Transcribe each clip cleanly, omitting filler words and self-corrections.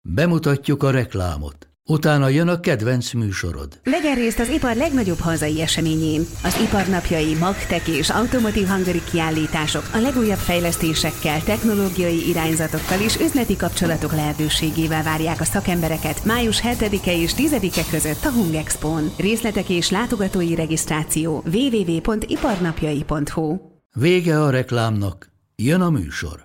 Bemutatjuk a reklámot. Utána jön a kedvenc műsorod. Vegyen részt az ipar legnagyobb hazai eseményén. Az iparnapjai, Magtech és Automotive Hungary kiállítások a legújabb fejlesztésekkel, technológiai irányzatokkal és üzleti kapcsolatok lehetőségével várják a szakembereket május 7-e és 10-e között a Hungexpón. Részletek és látogatói regisztráció www.iparnapjai.hu. Vége a reklámnak, jön a műsor.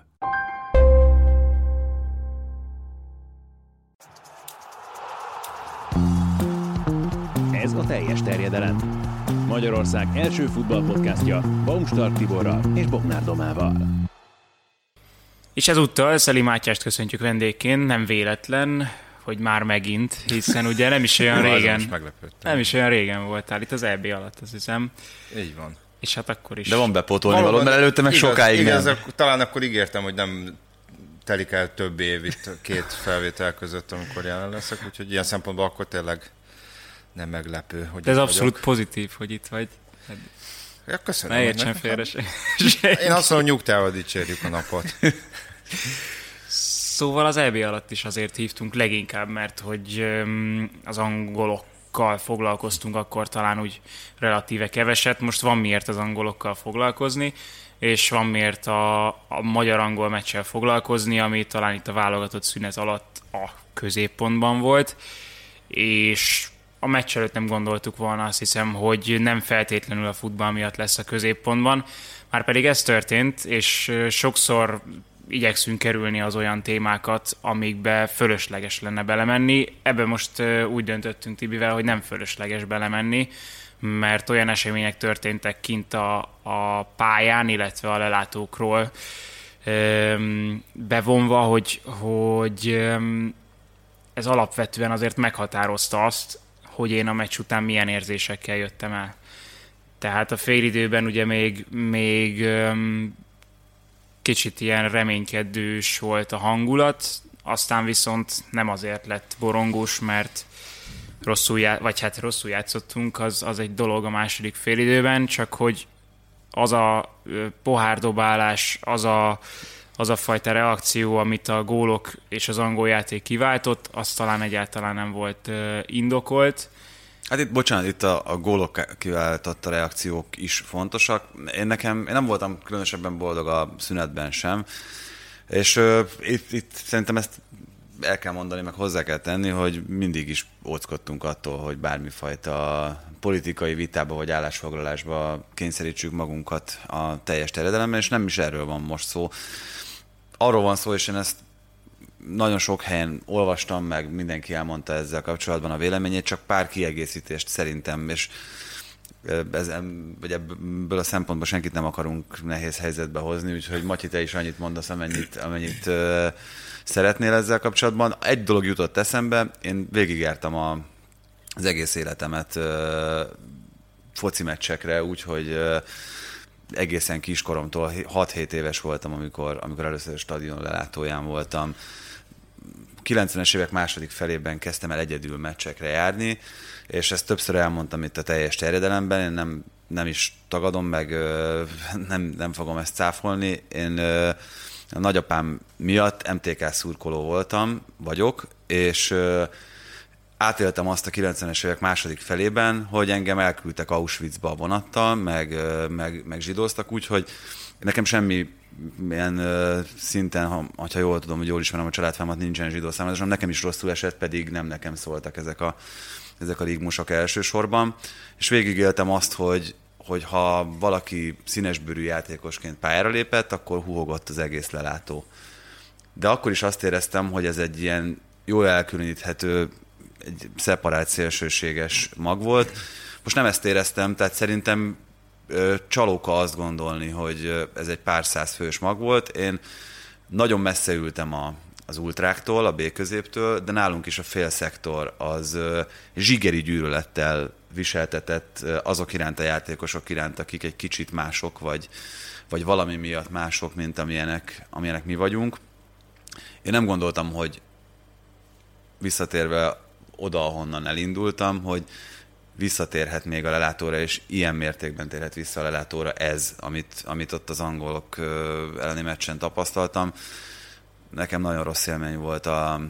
Ez a teljes terjedelem. Magyarország első futballpodcastja Baumstark Tiborral és Bognár Domával. És ezúttal Szeli Mátyást köszöntjük vendégként, nem véletlen, hogy már megint, hiszen ugye nem is olyan régen voltál itt az EB alatt, azt hiszem. Így van. És hát akkor is. De van bepótolni való, mert előtte meg sokáig nem. Talán akkor ígértem, hogy nem telik el több év itt két felvétel között, amikor jelen leszek, úgyhogy ilyen szempontból akkor tényleg nem meglepő, hogy de ez abszolút pozitív, hogy itt vagy. Ja, köszönöm. Ne értsen félre se. Én azt mondom, nyugtával dicsérjük a napot. Szóval az EB alatt is azért hívtunk leginkább, mert hogy az angolokkal foglalkoztunk akkor talán úgy relatíve keveset. Most van miért az angolokkal foglalkozni, és van miért a magyar-angol meccsel foglalkozni, ami talán itt a válogatott szünet alatt a középpontban volt, és a meccs előtt nem gondoltuk volna, azt hiszem, hogy nem feltétlenül a futball miatt lesz a középpontban, márpedig ez történt, és sokszor igyekszünk kerülni az olyan témákat, amikbe fölösleges lenne belemenni. Ebben most úgy döntöttünk Tibivel, hogy nem fölösleges belemenni, mert olyan események történtek kint a pályán, illetve a lelátókról bevonva, hogy ez alapvetően azért meghatározta azt, hogy én a meccs után milyen érzésekkel jöttem el. Tehát a félidőben ugye még kicsit ilyen reménykedős volt a hangulat, aztán viszont nem azért lett borongós, mert rosszul játszottunk, az egy dolog a második félidőben, csak hogy az a pohárdobálás, az a fajta reakció, amit a gólok és az angol játék kiváltott, az talán egyáltalán nem volt indokolt. Hát itt a gólok kiváltott reakciók is fontosak. Én nem voltam különösebben boldog a szünetben sem, és itt szerintem ezt el kell mondani, meg hozzá kell tenni, hogy mindig is óckodtunk attól, hogy bármifajta politikai vitába vagy állásfoglalásba kényszerítsük magunkat a teljes terjedelemben, és nem is erről van most szó. Arról van szó, és én ezt nagyon sok helyen olvastam, meg mindenki elmondta ezzel kapcsolatban a véleményét, csak pár kiegészítést szerintem, és ebből a szempontból senkit nem akarunk nehéz helyzetbe hozni, úgyhogy Matyi, te is annyit mondasz, amennyit szeretnél ezzel kapcsolatban. Egy dolog jutott eszembe, én végigjártam az egész életemet foci meccsekre, úgyhogy egészen kiskoromtól 6-7 éves voltam, amikor először a stadion lelátóján voltam. 90-es évek második felében kezdtem el egyedül meccsekre járni, és ezt többször elmondtam itt a teljes terjedelemben, én nem is tagadom, meg nem fogom ezt cáfolni. Én a nagyapám miatt MTK szurkoló vagyok, és átéltem azt a 90-es évek második felében, hogy engem elküldtek Auschwitzba a vonattal, meg zsidóztak, úgyhogy nekem semmi ilyen szinten, ha jól tudom, hogy jól ismerem a családfámat, nincsen zsidó származásom, nekem is rosszul esett, pedig nem nekem szóltak ezek a rigmusok elsősorban. És végigéltem azt, hogy ha valaki színesbőrű játékosként pályára lépett, akkor húhogott az egész lelátó. De akkor is azt éreztem, hogy ez egy ilyen jól elkülöníthető, egy szeparált szélsőséges mag volt. Most nem ezt éreztem, tehát szerintem csalóka azt gondolni, hogy ez egy pár száz fős mag volt. Én nagyon messze ültem az ultráktól, a B-középtől, de nálunk is a félszektor az zsigeri gyűlölettel viseltetett azok iránt, a játékosok iránt, akik egy kicsit mások, vagy valami miatt mások, mint amilyenek mi vagyunk. Én nem gondoltam, hogy visszatérve oda, ahonnan elindultam, hogy visszatérhet még a lelátóra, és ilyen mértékben térhet vissza a lelátóra ez, amit ott az angolok elleni meccsen tapasztaltam. Nekem nagyon rossz élmény volt a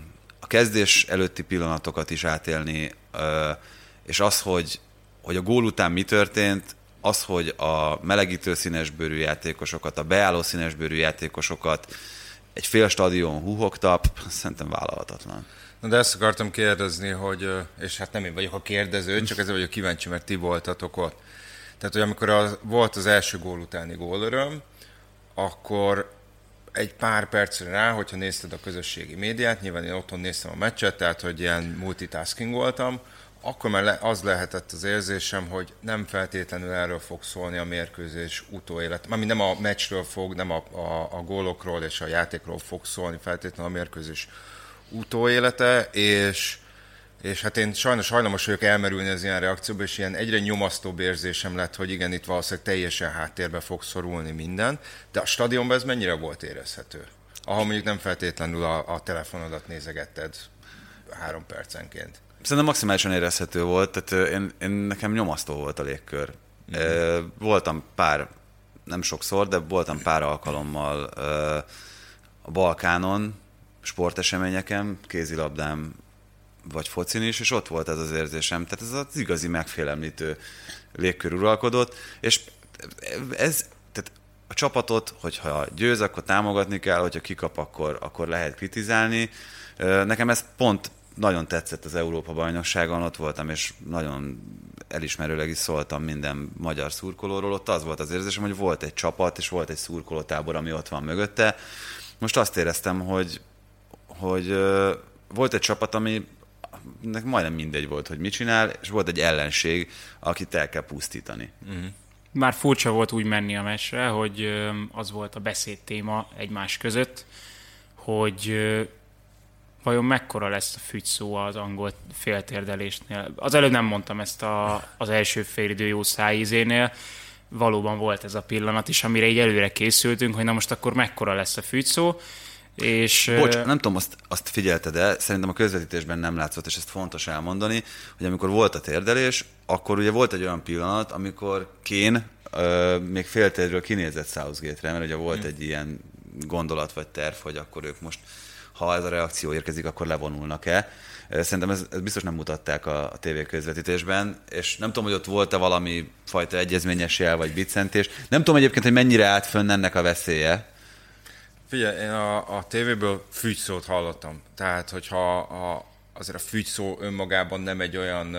a kezdés előtti pillanatokat is átélni, és az, hogy a gól után mi történt, az, hogy a melegítő színesbőrű játékosokat, a beálló színesbőrű játékosokat egy fél stadion húhogta, szerintem vállalhatatlan. Na de ezt akartam kérdezni, hogy, és hát nem én vagyok a kérdező, csak ezzel vagyok kíváncsi, mert ti voltatok ott. Tehát, hogy amikor volt az első gól utáni gólöröm, akkor egy pár percre rá, hogyha nézted a közösségi médiát, nyilván én otthon néztem a meccset, tehát, hogy ilyen multitasking voltam, akkor már az lehetett az érzésem, hogy nem feltétlenül erről fog szólni a mérkőzés utóélet. Mármint nem a meccsről fog, nem a gólokról és a játékról fog szólni feltétlenül a mérkőzés utóélete, és hát én sajnos hajlamos vagyok elmerülni az ilyen reakcióba, és ilyen egyre nyomasztóbb érzésem lett, hogy igen, itt valószínűleg teljesen háttérbe fog szorulni minden, de a stadionban ez mennyire volt érezhető? Ahol mondjuk nem feltétlenül a telefonodat nézegetted 3 percenként. Szerintem maximálisan érezhető volt, tehát én nekem nyomasztó volt a légkör. Voltam nem sokszor, de voltam pár alkalommal a Balkánon, sporteseményeken, kézilabdám vagy focin is, és ott volt ez az érzésem. Tehát ez az igazi megfélemlítő légkör uralkodott, és tehát a csapatot, hogyha győz, akkor támogatni kell, hogyha kikap, akkor lehet kritizálni. Nekem ez pont nagyon tetszett az Európa-bajnokságon, ott voltam, és nagyon elismerőleg is szóltam minden magyar szurkolóról. Ott az volt az érzésem, hogy volt egy csapat, és volt egy szurkolótábor, ami ott van mögötte. Most azt éreztem, hogy volt egy csapat, ami majdnem mindegy volt, hogy mit csinál, és volt egy ellenség, akit el kell pusztítani. Már furcsa volt úgy menni a meccsre, hogy az volt a beszédtéma egymás között, hogy vajon mekkora lesz a fügyszó az angol féltérdelésnél. Az előbb nem mondtam ezt az első félidő jó szájízénél, valóban volt ez a pillanat is, amire így előre készültünk, hogy na most akkor mekkora lesz a fügyszó. És bocs, nem tudom, azt figyelted el, szerintem a közvetítésben nem látszott, és ezt fontos elmondani, hogy amikor volt a térdelés, akkor ugye volt egy olyan pillanat, amikor Kane még féltérről kinézett Southgate-re, mert ugye volt egy ilyen gondolat vagy terv, hogy akkor ők most, ha ez a reakció érkezik, akkor levonulnak-e. Szerintem ez biztos nem mutatták a TV közvetítésben, és nem tudom, hogy ott volt-e valami fajta egyezményes jel vagy biccentés. Nem tudom egyébként, hogy mennyire állt fönn ennek a veszélye. Figyelj, én a tévéből fügyszót hallottam. Tehát, hogyha azért a fügyszó önmagában nem egy olyan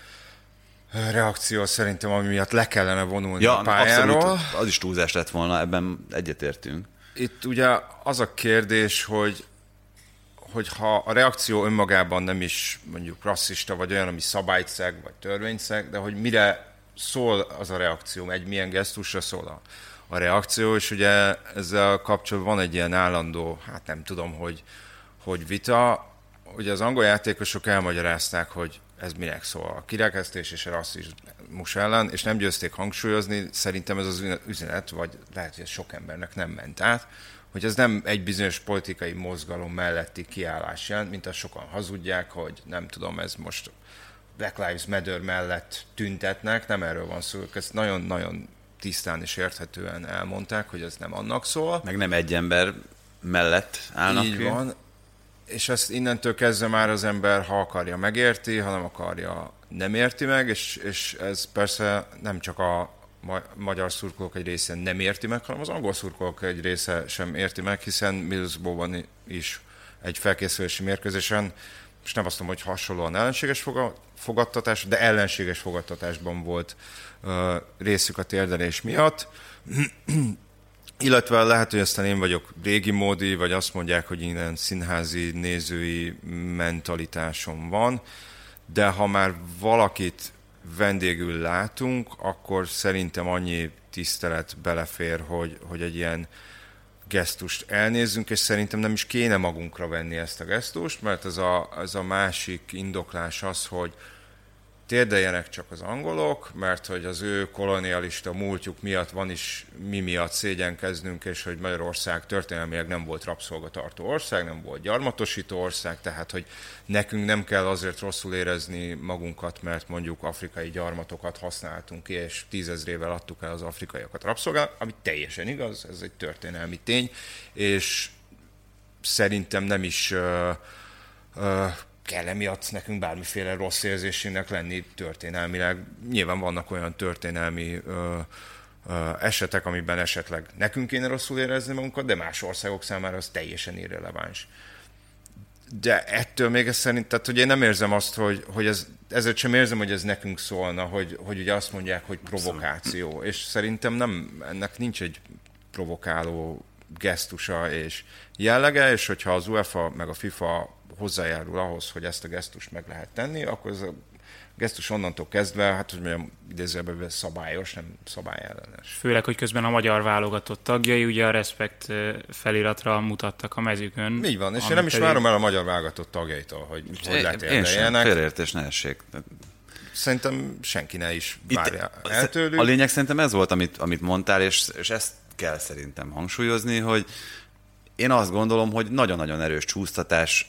reakció szerintem, ami miatt le kellene vonulni a pályáról. Abszolút, az is túlzás lett volna, ebben egyetértünk. Itt ugye az a kérdés, hogy ha a reakció önmagában nem is mondjuk rasszista, vagy olyan, ami szabályszeg, vagy törvényszeg, de hogy mire szól az a reakció, milyen gesztusra szól a reakció, és ugye ezzel kapcsolatban van egy ilyen állandó, hát nem tudom, hogy vita. Ugye az angol játékosok elmagyarázták, hogy ez minek szól, a kirekesztés és a rasszizmus ellen, és nem győzték hangsúlyozni, szerintem ez az üzenet, vagy lehet, hogy ez sok embernek nem ment át, hogy ez nem egy bizonyos politikai mozgalom melletti kiállás jelent, mint azt sokan hazudják, hogy nem tudom, ez most Black Lives Matter mellett tüntetnek, nem erről van szó, ezt nagyon-nagyon tisztán és érthetően elmondták, hogy ez nem annak szól. Meg nem egy ember mellett állnak. Így van. És ezt innentől kezdve már az ember, ha akarja, megérti, ha nem akarja, nem érti meg, és ez persze nem csak a magyar szurkolók egy része nem érti meg, hanem az angol szurkolók egy része sem érti meg, hiszen Middlesbrough-ban is egy felkészülési mérkőzésen, és nem azt mondom, hogy hasonlóan ellenséges fogadtatás, de ellenséges fogadtatásban volt részük a térdelés miatt. Illetve lehet, hogy aztán én vagyok régi módi, vagy azt mondják, hogy innen színházi nézői mentalitásom van, de ha már valakit vendégül látunk, akkor szerintem annyi tisztelet belefér, hogy egy ilyen gesztust elnézzünk, és szerintem nem is kéne magunkra venni ezt a gesztust, mert ez a másik indoklás az, hogy térdeljenek csak az angolok, mert hogy az ő kolonialista múltjuk miatt van is mi miatt szégyenkeznünk, és hogy Magyarország történelmileg nem volt rabszolgatartó ország, nem volt gyarmatosító ország, tehát hogy nekünk nem kell azért rosszul érezni magunkat, mert mondjuk afrikai gyarmatokat használtunk ki, és 10 000 adtuk el az afrikaiakat rabszolgának, ami teljesen igaz, ez egy történelmi tény, és szerintem nem is kell emiatt nekünk bármiféle rossz érzésünknek lenni történelmileg. Nyilván vannak olyan történelmi esetek, amiben esetleg nekünk kéne rosszul érezni magunkat, de más országok számára az teljesen irreleváns. De ettől még ez szerint, tehát hogy én nem érzem azt, hogy ezért sem érzem, hogy ez nekünk szólna, hogy ugye azt mondják, hogy provokáció. És szerintem ennek nincs egy provokáló gesztusa és jellege, és hogyha az UEFA meg a FIFA hozzájárul ahhoz, hogy ezt a gesztust meg lehet tenni, akkor ez a gesztus onnantól kezdve, hát hogy mondjam, idézőjelben szabályos, nem szabályellenes. Főleg, hogy közben a magyar válogatott tagjai ugye a Respekt feliratra mutattak a mezükön. Így van, és én nem is várom el a magyar válogatott tagjaitól, hogy letérdeljenek. Én sem, félreértés ne essék. Szerintem senki ne is várja el tőlük. A lényeg szerintem ez volt, amit mondtál, és ezt kell szerintem hangsúlyozni, hogy én azt gondolom, hogy nagyon-nagyon erős csúsztatás,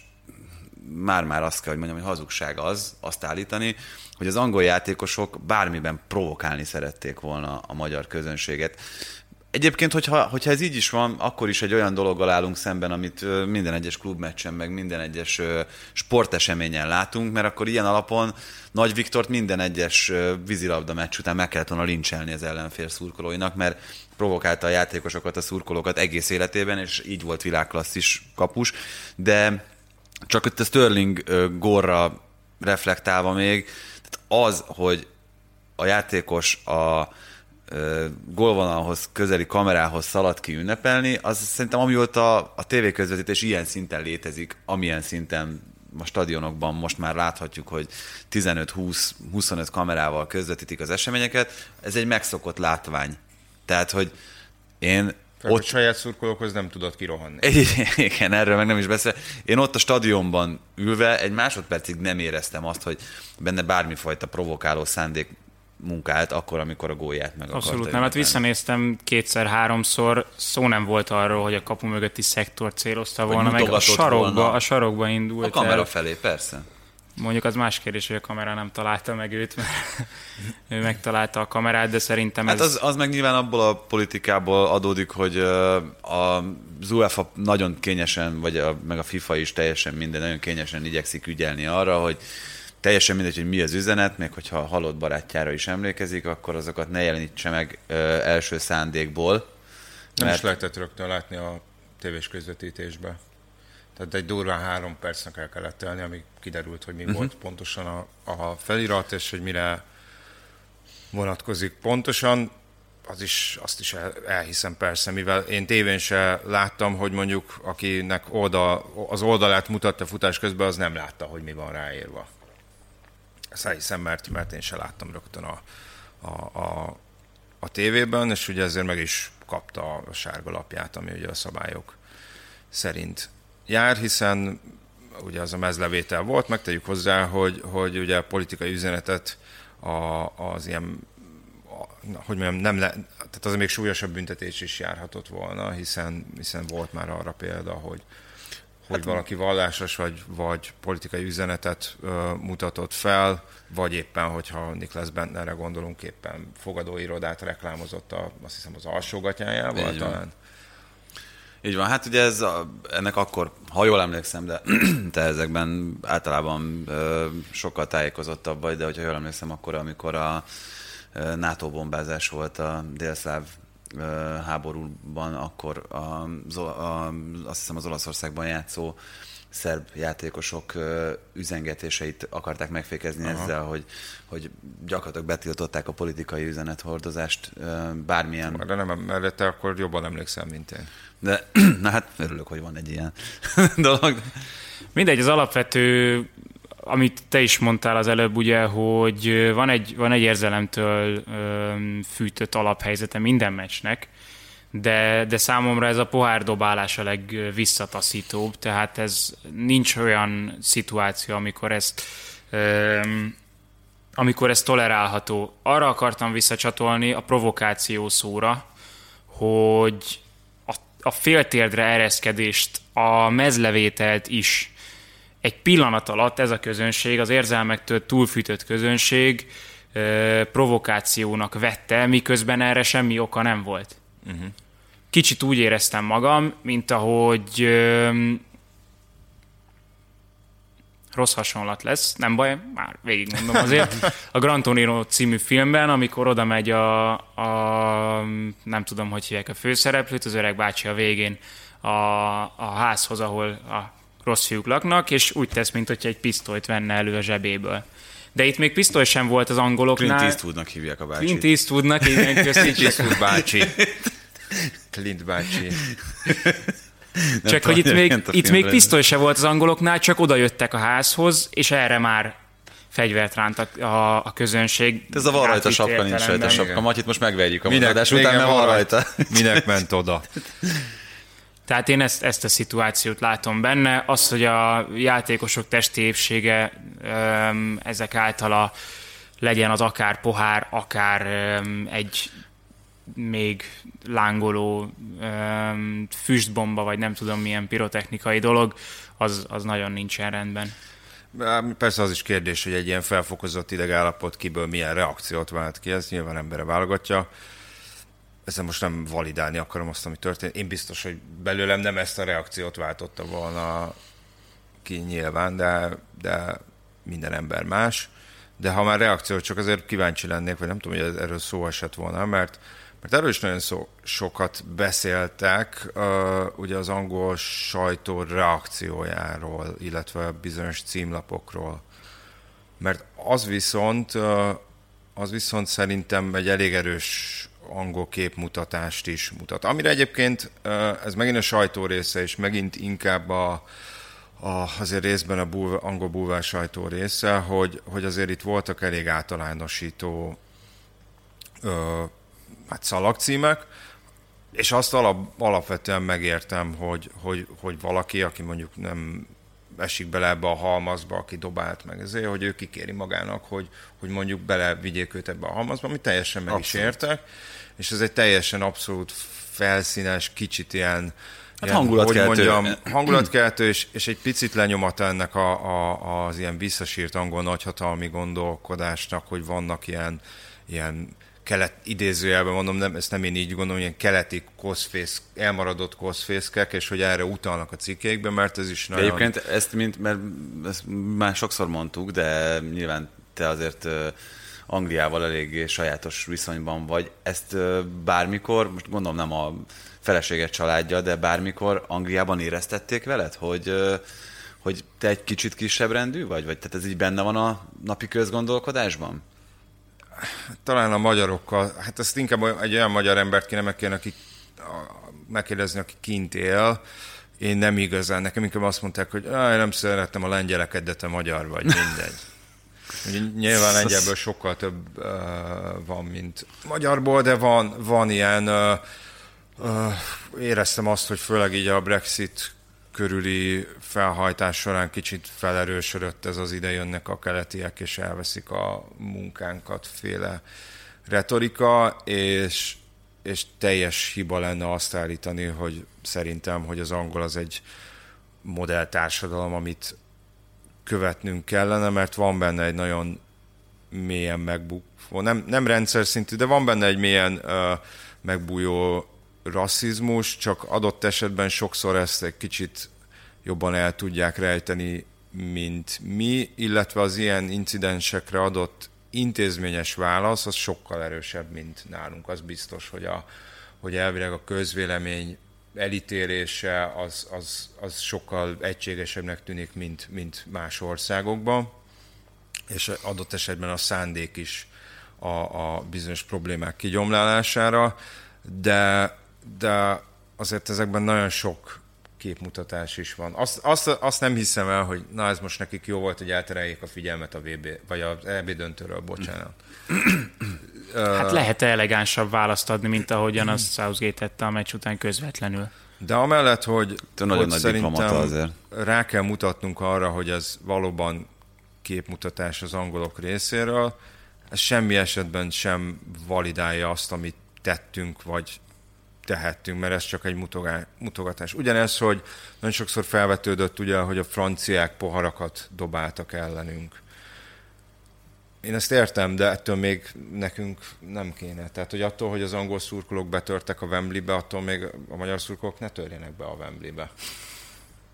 már azt kell, hogy mondjam, hogy hazugság azt állítani, hogy az angol játékosok bármiben provokálni szerették volna a magyar közönséget. Egyébként, hogyha ez így is van, akkor is egy olyan dologgal állunk szemben, amit minden egyes klubmeccsen, meg minden egyes sporteseményen látunk, mert akkor ilyen alapon Nagy Viktort minden egyes vízilabda meccs után meg kellett volna lincselni az ellenfél szurkolóinak, mert provokálta a játékosokat, a szurkolókat egész életében, és így volt világklasszis kapus. De csak itt a Sterling gólra reflektálva még, tehát az, hogy a játékos a gólvonalhoz közeli kamerához szalad ki ünnepelni, az szerintem amióta a tévéközvetítés ilyen szinten létezik, amilyen szinten a stadionokban most már láthatjuk, hogy 15-20-25 kamerával közvetítik az eseményeket, ez egy megszokott látvány. Tehát, hogy én ott... A saját szurkolókhoz nem tudod kirohanni. Igen, erről meg nem is beszél. Én ott a stadionban ülve egy másodpercig nem éreztem azt, hogy benne bármifajta provokáló szándék munkált akkor, amikor a gólját meg akarta. Abszolút nem, hát visszanéztem 2-3-szor, szó nem volt arról, hogy a kapu mögötti szektor célozta volna, meg a sarokba indult. A kamera felé, persze. Mondjuk az más kérdés, hogy a kamera nem találta meg őt, mert ő megtalálta a kamerát, de szerintem hát az meg nyilván abból a politikából adódik, hogy az UEFA nagyon kényesen, meg a FIFA is teljesen minden nagyon kényesen igyekszik ügyelni arra, hogy teljesen mindegy, hogy mi az üzenet, még hogyha a halott barátjára is emlékezik, akkor azokat ne jelenítse meg első szándékból. Nem is lehetett rögtön látni a tévés közvetítésbe. Tehát egy durván 3 percnek el kellett telni, amíg kiderült, hogy mi volt pontosan a felirat, és hogy mire vonatkozik pontosan. Azt is elhiszem persze, mivel én tévén se láttam, hogy mondjuk akinek az oldalát mutatta futás közben, az nem látta, hogy mi van ráírva. Ezt elhiszem, mert én se láttam rögtön a tévében, és ugye ezért meg is kapta a sárga lapját, ami ugye a szabályok szerint jár, hiszen ugye az a mezlevétel volt, megtegyük hozzá, hogy ugye a politikai üzenetet az ilyen, hogy mondjam, tehát az még súlyosabb büntetés is járhatott volna, hiszen volt már arra példa, hogy valaki vallásos vagy politikai üzenetet mutatott fel, vagy éppen, hogyha Niklas Bentnerre gondolunk, éppen fogadóirodát reklámozott azt hiszem az alsógatyájával talán. Így van, hát ugye ennek akkor, ha jól emlékszem, de te ezekben általában sokkal tájékozottabb vagy, de hogyha jól emlékszem, akkor amikor a NATO bombázás volt a délszláv háborúban, akkor azt hiszem az Olaszországban játszó szerb játékosok üzengetéseit akarták megfékezni ezzel, hogy gyakorlatilag betiltották a politikai üzenethordozást bármilyen... De nem, mert te akkor jobban emlékszel, mint én. De, na hát örülök, hogy van egy ilyen dolog. Mindegy, az alapvető, amit te is mondtál az előbb, ugye, hogy van egy érzelemtől fűtött alaphelyzete minden meccsnek, de számomra ez a pohárdobálás a legvisszataszítóbb, tehát ez nincs olyan szituáció, amikor ez tolerálható. Arra akartam visszacsatolni a provokáció szóra, hogy a féltérdre ereszkedést, a mezlevételt is egy pillanat alatt ez a közönség, az érzelmektől túlfűtött közönség provokációnak vette, miközben erre semmi oka nem volt. Uh-huh. Kicsit úgy éreztem magam, mint ahogy rossz hasonlat lesz, nem baj, már végigmondom azért. A Gran Torino című filmben, amikor oda megy nem tudom, hogy hívják a főszereplőt, az öreg bácsi a végén a házhoz, ahol a rossz fiúk laknak, és úgy tesz, mint hogyha egy pisztolyt venne elő a zsebéből. De itt még pisztoly sem volt az angoloknál. Clint Eastwoodnak hívják a bácsit. Clint Eastwoodnak, igen, Clint Eastwood bácsi. Clint bácsi. Csak hogy itt még pisztoly se volt az angoloknál, csak oda jöttek a házhoz, és erre már fegyvert ránt a közönség. Ez a van rajta sapka, nincs rajta sapka. Matyit most megverjük a mondás után, mert van rajta. Minek ment oda? Tehát én ezt a szituációt látom benne. Az, hogy a játékosok testi épsége ezek általa legyen az akár pohár, akár egy még lángoló füstbomba, vagy nem tudom milyen pirotechnikai dolog, az nagyon nincsen rendben. Persze az is kérdés, hogy egy ilyen felfokozott idegállapot kiből milyen reakciót vált ki, ez nyilván embere válogatja. Ezzel most nem validálni akarom azt, ami történt. Én biztos, hogy belőlem nem ezt a reakciót váltotta volna ki nyilván, de minden ember más. De ha már reakció, csak azért kíváncsi lennék, vagy nem tudom, hogy erről szó esett volna, mert erről is nagyon sokat beszéltek, ugye az angol sajtó reakciójáról, illetve bizonyos címlapokról. Mert az viszont szerintem egy elég erős angol képmutatást is mutat. Amire egyébként ez megint a sajtó része, és megint inkább azért részben angol bulvár sajtó része, hogy azért itt voltak elég általánosító szalagcímek, és azt alapvetően megértem, hogy valaki, aki mondjuk nem esik bele ebbe a halmazba, aki dobált meg ezért, hogy ő kikéri magának, hogy mondjuk belevigyék őt ebbe a halmazba, amit teljesen meg is értek, és ez egy teljesen abszolút felszínes, kicsit ilyen hangulatkeltő, és egy picit lenyomat ennek az ilyen visszasírt angol nagyhatalmi gondolkodásnak, hogy vannak ilyen idézőjelben mondom, ezt nem én így gondolom, ilyen keleti elmaradott koszfészkek, és hogy erre utalnak a cikkeikben, mert ez is nagyon... Egyébként mert ezt már sokszor mondtuk, de nyilván te azért Angliával eléggé sajátos viszonyban vagy. Ezt bármikor, most gondolom nem a feleséget családja, de bármikor Angliában éreztették veled, hogy te egy kicsit kisebb rendű vagy? Tehát ez így benne van a napi közgondolkodásban? Talán a magyarokkal, hát ezt inkább egy olyan magyar embert kéne megkérdezni, aki kint él. Én nem igazán, nekem inkább azt mondták, hogy nem szerettem a lengyeleket, de te magyar vagy, mindegy. Nyilván lengyelből sokkal több van, mint magyarból, de van ilyen, éreztem azt, hogy főleg így a Brexit körüli felhajtás során kicsit felerősödött ez az ide jönnek a keletiek, és elveszik a munkánkat féle retorika, és teljes hiba lenne azt állítani, hogy szerintem, hogy az angol az egy modelltársadalom, amit követnünk kellene, mert van benne egy nagyon mélyen megbújó, nem rendszer szintű, de van benne egy mélyen megbújó rasszizmus, csak adott esetben sokszor ezt egy kicsit jobban el tudják rejteni, mint mi, illetve az ilyen incidensekre adott intézményes válasz, az sokkal erősebb, mint nálunk. Az biztos, hogy elvileg a közvélemény elítélése az sokkal egységesebbnek tűnik, mint más országokban, és adott esetben a szándék is a bizonyos problémák kigyomlálására, de azért ezekben nagyon sok képmutatás is van. Azt nem hiszem el, hogy na ez most nekik jó volt, hogy eltereljék a figyelmet a VB, vagy az EB döntőről, bocsánat. Hát lehet-e elegánsabb választ adni, mint ahogyan azt Southgate tette a meccs után közvetlenül? De amellett, hogy szerintem azért rá kell mutatnunk arra, hogy ez valóban képmutatás az angolok részéről, ez semmi esetben sem validálja azt, amit tettünk, vagy tehettünk, mert ez csak egy mutogatás. Ugyanez, hogy nagyon sokszor felvetődött, ugye, hogy a franciák poharakat dobáltak ellenünk. Én ezt értem, de ettől még nekünk nem kéne. Tehát, hogy attól, hogy az angol szurkolók betörtek a Wembleybe, attól még a magyar szurkolók ne törjenek be a Wembleybe.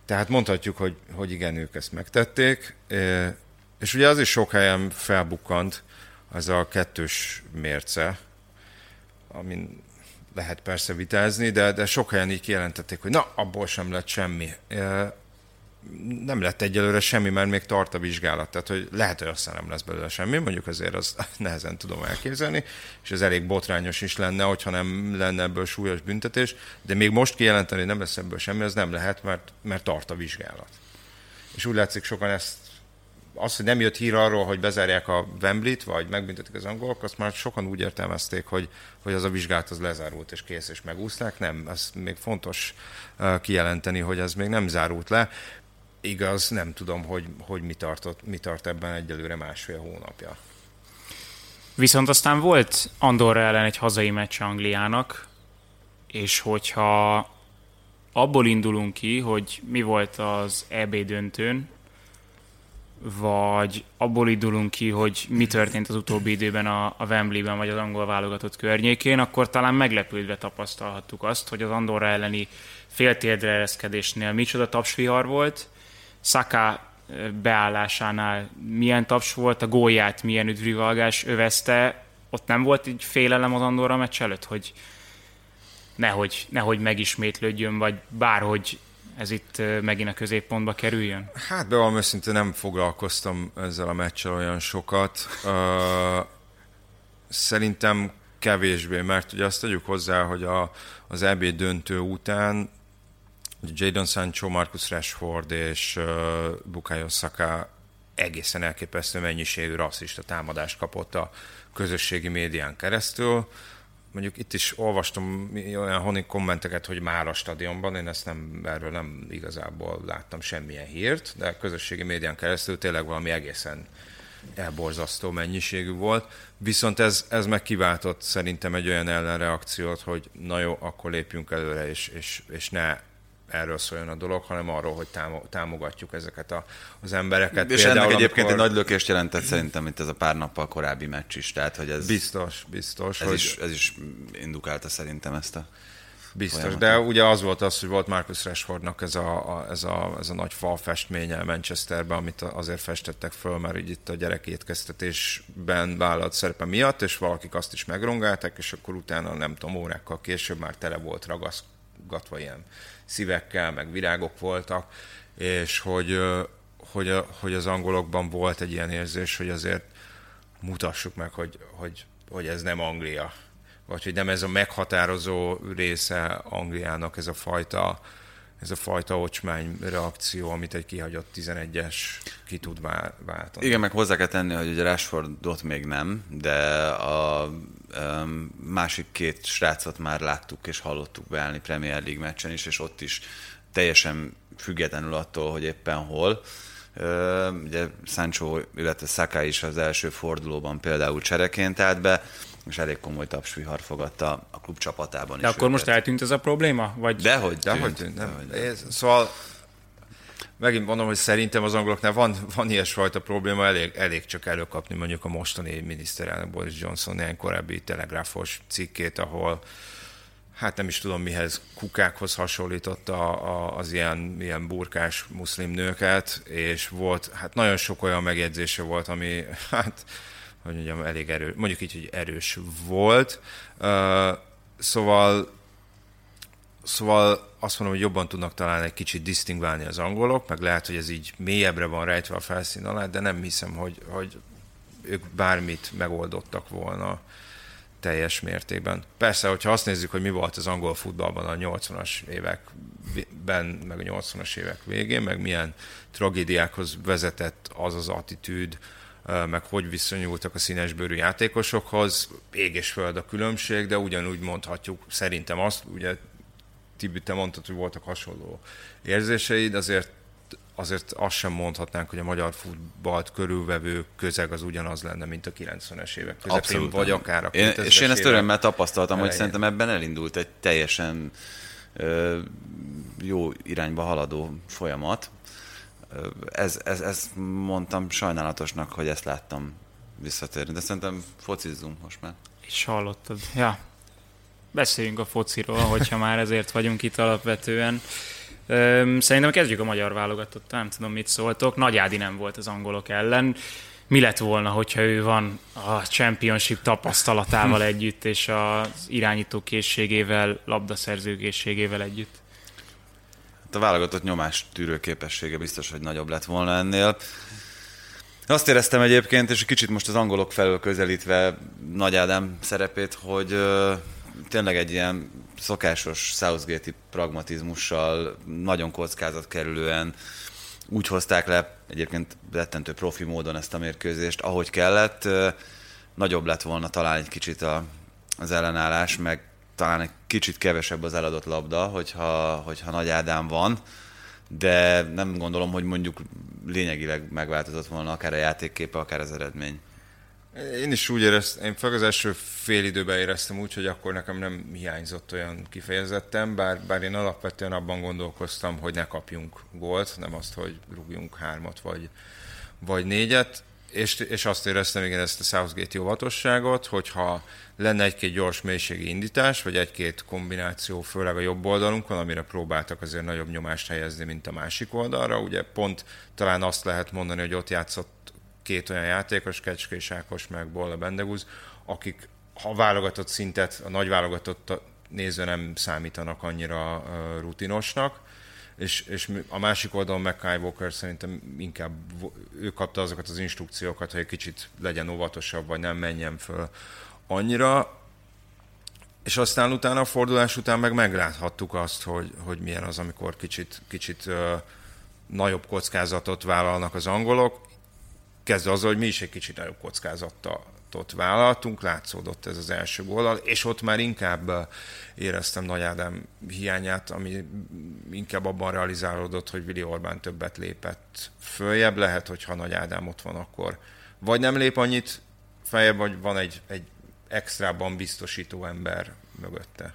Tehát mondhatjuk, hogy igen, ők ezt megtették, és ugye az is sok helyen felbukkant, az a kettős mérce, amin lehet persze vitázni, de sok helyen így kijelentették, hogy na, abból sem lett semmi. Nem lett egyelőre semmi, mert még tart a vizsgálat, tehát hogy lehet, hogy aztán nem lesz belőle semmi, mondjuk azért az nehezen tudom elképzelni, és ez elég botrányos is lenne, hogyha nem lenne ebből súlyos büntetés, de még most kijelenteni, hogy nem lesz ebből semmi, az nem lehet, mert tart a vizsgálat. És úgy látszik sokan azt, hogy nem jött hír arról, hogy bezárják a Wembleyt, vagy megbüntetik az angolok, azt már sokan úgy értelmezték, hogy az a vizsgálat az lezárult és kész, és megúszták. Nem, ez még fontos kijelenteni, hogy ez még nem zárult le. Igaz, nem tudom, hogy mi tart ebben egyelőre 1,5 hónapja. Viszont aztán volt Andorra ellen egy hazai meccs Angliának, és hogyha abból indulunk ki, hogy mi volt az EB döntőn, vagy abból indulunk ki, hogy mi történt az utóbbi időben a Wembleyben, vagy az angol válogatott környékén, akkor talán meglepődve tapasztalhattuk azt, hogy az Andorra elleni féltérdre ereszkedésnél micsoda tapsvihar volt, Saka beállásánál milyen taps volt, a gólját milyen üdvrivalgás övezte, ott nem volt így félelem az Andorra meccs előtt, hogy nehogy megismétlődjön, vagy bárhogy ez itt megint a középpontba kerüljön? Hát bevallom őszintén nem foglalkoztam ezzel a meccsel olyan sokat. Szerintem kevésbé, mert ugye azt tegyük hozzá, hogy az EB döntő után Jadon Sancho, Marcus Rashford és Bukayo Saka egészen elképesztő mennyiségű rasszista támadást kapott a közösségi médián keresztül. Mondjuk itt is olvastam olyan kommenteket, hogy már a stadionban, én erről nem igazából láttam semmilyen hírt, de a közösségi médián keresztül tényleg valami egészen elborzasztó mennyiségű volt. Viszont ez meg kiváltott szerintem egy olyan ellenreakciót, hogy na jó, akkor lépjünk előre, és ne erről szóljon a dolog, hanem arról, hogy támogatjuk ezeket az embereket. És például, ennek egyébként egy nagy lökést jelentett szerintem itt ez a pár nappal korábbi meccs is, tehát hogy ez... Biztos. Ez is indukálta szerintem ezt a biztos, folyamatot. De ugye az volt az, hogy volt Marcus Rashfordnak ez a nagy falfestménye Manchesterben, amit azért festettek föl, mert így itt a gyerekétkeztetésben vállalt szerepe miatt, és valakik azt is megrongálták, és akkor utána nem tudom, órákkal később már tele volt ragaszgatva ilyen szívekkel, meg virágok voltak, és hogy az angolokban volt egy ilyen érzés, hogy azért mutassuk meg, hogy ez nem Anglia, vagy hogy nem ez a meghatározó része Angliának, ez a fajta ocsmány reakció, amit egy kihagyott 11-es ki tud váltani. Igen, meg hozzá kell tenni, hogy ugye Rashfordot még nem, de a másik két srácot már láttuk és hallottuk beállni Premier League meccsen is, és ott is teljesen függetlenül attól, hogy éppen hol. Ugye Sancho, illetve Saka is az első fordulóban például csereként állt be, és elég komoly tapsvihar fogadta a klub csapatában is. De akkor most eltűnt ez a probléma? Vagy... Dehogy tűnt. Szóval megint mondom, hogy szerintem az angoloknál van ilyesfajta probléma, elég csak előkapni mondjuk a mostani miniszterelnök Boris Johnson ilyen korábbi telegráfos cikkét, ahol hát nem is tudom mihez, kukákhoz hasonlította az ilyen burkás muszlim nőket, és volt, hát nagyon sok olyan megjegyzése volt, ami hát hogy mondjam, elég erős, mondjuk így, hogy erős volt. Szóval azt mondom, hogy jobban tudnak talán egy kicsit disztingválni az angolok, meg lehet, hogy ez így mélyebbre van rejtve a felszín alá, de nem hiszem, hogy ők bármit megoldottak volna teljes mértékben. Persze, hogyha azt nézzük, hogy mi volt az angol futballban a 80-as években, meg a 80-as évek végén, meg milyen tragédiákhoz vezetett az az attitűd, meg hogy viszonyultak a színesbőrű játékosokhoz, ég és föld a különbség, de ugyanúgy mondhatjuk szerintem azt, ugye Tibi, te mondtad, hogy voltak hasonló érzéseid, azért azt sem mondhatnánk, hogy a magyar futballt körülvevő közeg az ugyanaz lenne, mint a 90-es évek közepén, abszolút, vagy akár a 2000-es és én ezt örömmel tapasztaltam, elején. hogy szerintem ebben elindult egy teljesen jó irányba haladó folyamat. Ez mondtam sajnálatosnak, hogy ezt láttam visszatérni, de szerintem focizzunk most már. És hallottad. Ja. Beszéljünk a fociról, hogyha már ezért vagyunk itt alapvetően. Szerintem kezdjük a magyar válogatottal, nem tudom, mit szóltok. Nagy Ádi nem volt az angolok ellen. Mi lett volna, hogyha ő van a Championship tapasztalatával együtt, és az irányító készségével, labdaszerző készségével együtt? A válogatott nyomástűrő képessége biztos, hogy nagyobb lett volna ennél. Azt éreztem egyébként, és kicsit most az angolok felől közelítve Nagy Ádám szerepét, hogy tényleg egy ilyen szokásos Southgate-i pragmatizmussal, nagyon kockázatkerülően úgy hozták le, egyébként rettentő profi módon ezt a mérkőzést, ahogy kellett. Nagyobb lett volna talán egy kicsit az ellenállás, meg talán egy kicsit kevesebb az eladott labda, hogyha Nagy Ádám van, de nem gondolom, hogy mondjuk lényegileg megváltozott volna akár a játékképe, akár az eredmény. Én is úgy éreztem, én főleg az első fél időben éreztem úgy, hogy akkor nekem nem hiányzott olyan kifejezetten, bár én alapvetően abban gondolkoztam, hogy ne kapjunk gólt, nem azt, hogy rúgjunk 3-at vagy 4-et, és azt éreztem, igen, ezt a Southgate-i óvatosságot, hogyha lenne egy-két gyors mélységi indítás, vagy egy-két kombináció, főleg a jobb oldalunkon, amire próbáltak azért nagyobb nyomást helyezni, mint a másik oldalra. Ugye pont talán azt lehet mondani, hogy ott játszott két olyan játékos, Kecske és Ákos, meg Bolla Bendegúz, akik a válogatott szintet, a nagy válogatott nézve nem számítanak annyira rutinosnak, és a másik oldalon meg Kyle Walker szerintem inkább ő kapta azokat az instrukciókat, hogy egy kicsit legyen óvatosabb, vagy nem menjen föl annyira, és aztán utána a fordulás után meg megláthattuk azt, hogy milyen az, amikor kicsit nagyobb kockázatot vállalnak az angolok, kezdve azzal, hogy mi is egy kicsit nagyobb kockázatot vállaltunk, látszódott ez az első góllal, és ott már inkább éreztem Nagy Ádám hiányát, ami inkább abban realizálódott, hogy Vili Orbán többet lépett följebb, lehet, hogyha Nagy Ádám ott van, akkor vagy nem lép annyit feljebb, vagy van egy extrában biztosító ember mögötte.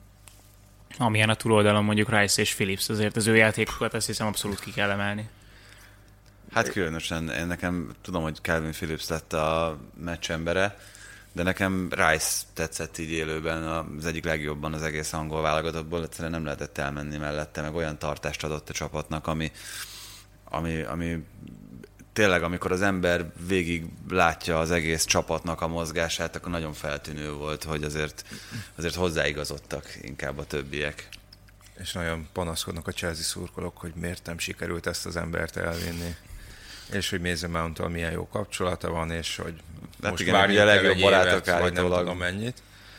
Amilyen a túloldalon mondjuk Rice és Phillips, azért az ő játékokat azt hiszem abszolút ki kell emelni. Hát különösen, én nekem tudom, hogy Calvin Phillips lett a meccs embere, de nekem Rice tetszett így élőben az egyik legjobban az egész angol válogatottból, egyszerűen nem lehetett elmenni mellette, meg olyan tartást adott a csapatnak, ami tényleg, amikor az ember végig látja az egész csapatnak a mozgását, akkor nagyon feltűnő volt, hogy azért hozzáigazodtak inkább a többiek. És nagyon panaszkodnak a Chelsea szurkolók, hogy miért nem sikerült ezt az embert elvinni. És hogy Mason Mount-tal milyen jó kapcsolata van, és hogy most igen, várjuk a legjobb egy barátok évet, vagy nem állítólag. tudom mennyit.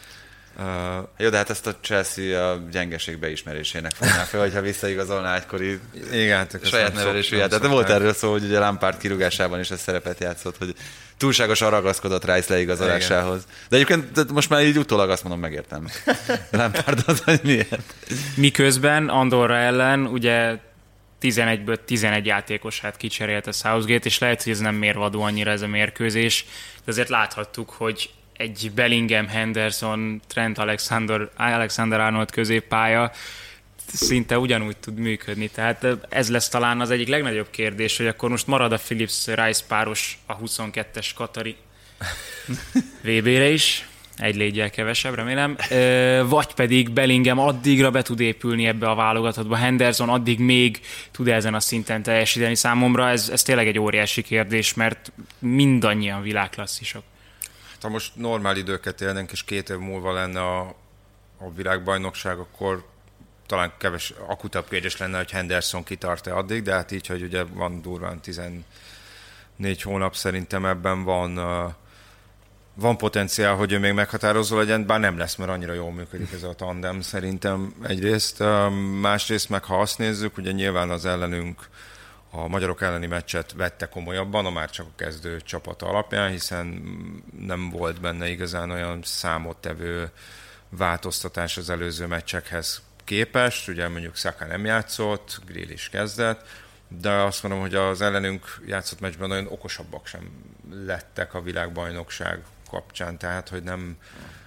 Jó, de hát ezt a Chelsea a gyengeség beismerésének fogná fel, hogyha visszaigazolná egykori igen, saját nevelésű ját. De volt erről szó, hogy ugye Lampard kirúgásában is ez szerepet játszott, hogy túlságosan ragaszkodott Rice leigazolásához. Igen. De egyébként most már így utólag azt mondom, megértem. Lampard az, hogy miért. Miközben Andorra ellen ugye 11-ből 11 játékosát kicserélt a Southgate, és lehet, hogy ez nem mérvadó annyira ez a mérkőzés, de azért láthattuk, hogy egy Bellingham, Henderson, Trent Alexander-Arnold középpálya szinte ugyanúgy tud működni. Tehát ez lesz talán az egyik legnagyobb kérdés, hogy akkor most marad a Phillips-Rice páros a 22-es Katari VB-re is, egy légyel kevesebb, remélem, vagy pedig Bellingham addigra be tud épülni ebbe a válogatottba, Henderson addig még tud ezen a szinten teljesíteni. Számomra ez tényleg egy óriási kérdés, mert mindannyian világklasszisok. Ha most normál időket élnénk, és 2 év múlva lenne a világbajnokság, akkor talán akutabb kérdés lenne, hogy Henderson kitart-e addig, de hát így, hogy ugye van durván 14 hónap, szerintem ebben van potenciál, hogy ő még meghatározó legyen, bár nem lesz, mert annyira jól működik ez a tandem szerintem egyrészt. Másrészt meg, ha azt nézzük, ugye nyilván az ellenünk a magyarok elleni meccset vette komolyabban, már csak a kezdő csapat alapján, hiszen nem volt benne igazán olyan számottevő változtatás az előző meccsekhez képest. Ugye mondjuk Saka nem játszott, Grill is kezdett, de azt mondom, hogy az ellenünk játszott meccsben nagyon okosabbak sem lettek a világbajnokság kapcsán, tehát hogy nem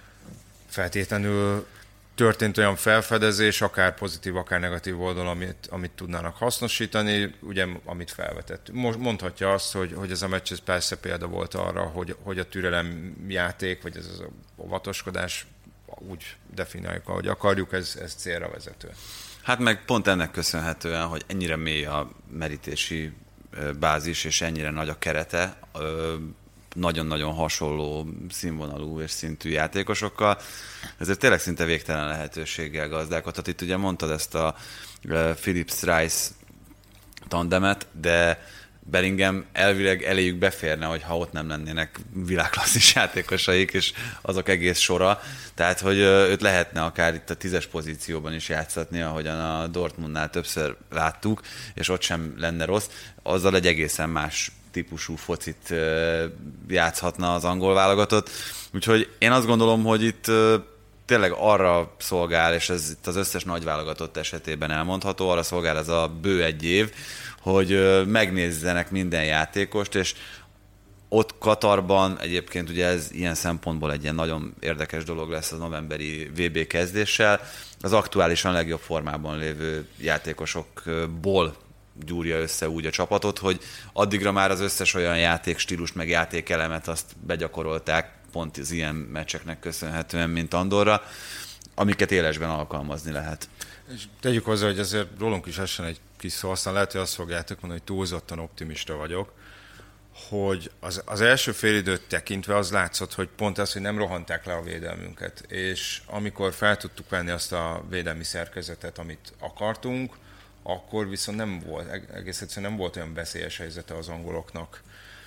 feltétlenül történt olyan felfedezés, akár pozitív, akár negatív oldalon, amit tudnának hasznosítani, ugye, amit felvetett. Mondhatja azt, hogy ez a meccs ez persze példa volt arra, hogy a türelem játék, vagy ez az óvatoskodás, úgy definiáljuk, ahogy akarjuk, ez célra vezető. Hát meg pont ennek köszönhetően, hogy ennyire mély a merítési bázis, és ennyire nagy a kerete, nagyon-nagyon hasonló színvonalú és szintű játékosokkal, ezért tényleg szinte végtelen lehetőséggel gazdálkodhat. Itt ugye mondtad ezt a Phillips-Rice tandemet, de Bellingham elvileg eléjük beférne, hogyha ott nem lennének világklasszis játékosaik, és azok egész sora. Tehát, hogy őt lehetne akár itt a 10-es pozícióban is játszatni, ahogyan a Dortmundnál többször láttuk, és ott sem lenne rossz. Azzal egy egészen más típusú focit játszhatna az angol válogatott. Úgyhogy én azt gondolom, hogy itt tényleg arra szolgál, és ez itt az összes nagy válogatott esetében elmondható, arra szolgál ez a bő egy év, hogy megnézzenek minden játékost, és ott Katarban egyébként ugye ez ilyen szempontból egy ilyen nagyon érdekes dolog lesz a novemberi VB kezdéssel, az aktuálisan legjobb formában lévő játékosokból gyúrja össze úgy a csapatot, hogy addigra már az összes olyan játékstílust meg játékelemet azt begyakorolták, pont az ilyen meccseknek köszönhetően, mint Andorra, amiket élesben alkalmazni lehet. És tegyük hozzá, hogy azért rólunk is essen egy kis szó, aztán lehet, hogy azt fogjátok mondani, hogy túlzottan optimista vagyok, hogy az első félidőt tekintve az látszott, hogy pont az, hogy nem rohanták le a védelmünket, és amikor fel tudtuk venni azt a védelmi szerkezetet, amit akartunk, akkor viszont nem volt, egész egyszerűen nem volt olyan veszélyes helyzete az angoloknak.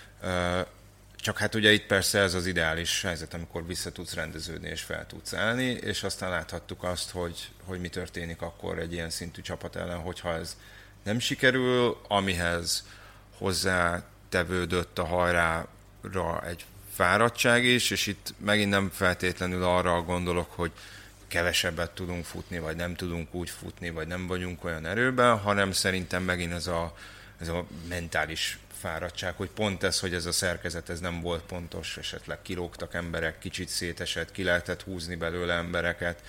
Csak hát ugye itt persze ez az ideális helyzet, amikor vissza tudsz rendeződni és fel tudsz állni, és aztán láthattuk azt, hogy mi történik akkor egy ilyen szintű csapat ellen, hogyha ez nem sikerül, amihez hozzátevődött a hajrára egy fáradtság is, és itt megint nem feltétlenül arra gondolok, hogy kevesebbet tudunk futni, vagy nem tudunk úgy futni, vagy nem vagyunk olyan erőben, hanem szerintem megint ez a mentális fáradtság, hogy pont ez, hogy ez a szerkezet ez nem volt pontos, esetleg kilógtak emberek, kicsit szétesett, ki lehetett húzni belőle embereket,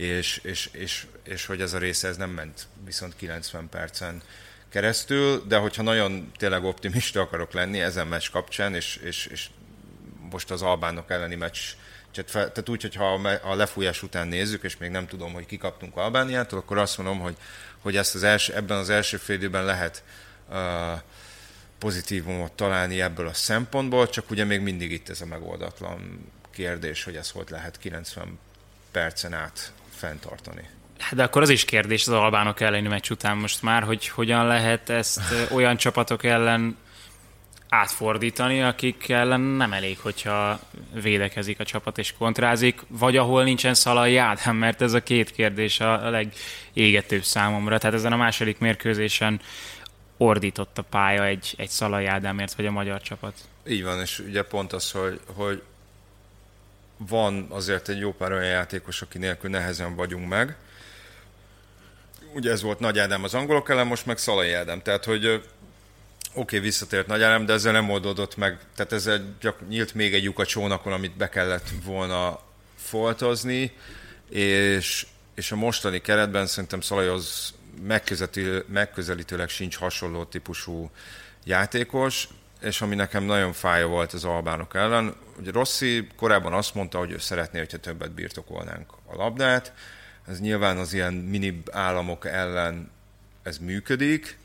és hogy ez a része ez nem ment viszont 90 percen keresztül, de hogyha nagyon tényleg optimista akarok lenni ezen meccs kapcsán, és most az albánok elleni meccs, tehát úgy, hogyha a lefújás után nézzük, és még nem tudom, hogy kikaptunk Albániától, akkor azt mondom, hogy ezt ebben az első fél időben lehet pozitívumot találni ebből a szempontból, csak ugye még mindig itt ez a megoldatlan kérdés, hogy ezt hogy lehet 90 percen át fenntartani. De akkor az is kérdés az albánok elleni meccs után most már, hogy hogyan lehet ezt olyan csapatok ellen átfordítani, akik ellen nem elég, hogyha védekezik a csapat és kontrázik, vagy ahol nincsen Szalai Ádám, mert ez a két kérdés a legégetőbb számomra. Tehát ezen a második mérkőzésen ordított a pálya egy Szalai Ádámért, vagy a magyar csapat. Így van, és ugye pont az, hogy van azért egy jó pár olyan játékos, aki nélkül nehezen vagyunk meg. Ugye ez volt Nagy Ádám az angolok ellen, most meg Szalai Ádám. Tehát, hogy oké, visszatért Nagy Ádám, de ezzel nem oldódott meg. Tehát ezzel nyílt még egy lyuk a csónakon, amit be kellett volna foltozni, és a mostani keretben szerintem Szalaihoz megközelítőleg sincs hasonló típusú játékos, és ami nekem nagyon fájó volt az albánok ellen. Ugye Rossi korábban azt mondta, hogy ő szeretné, hogyha többet birtokolnánk a labdát. Ez nyilván az ilyen mini államok ellen ez működik.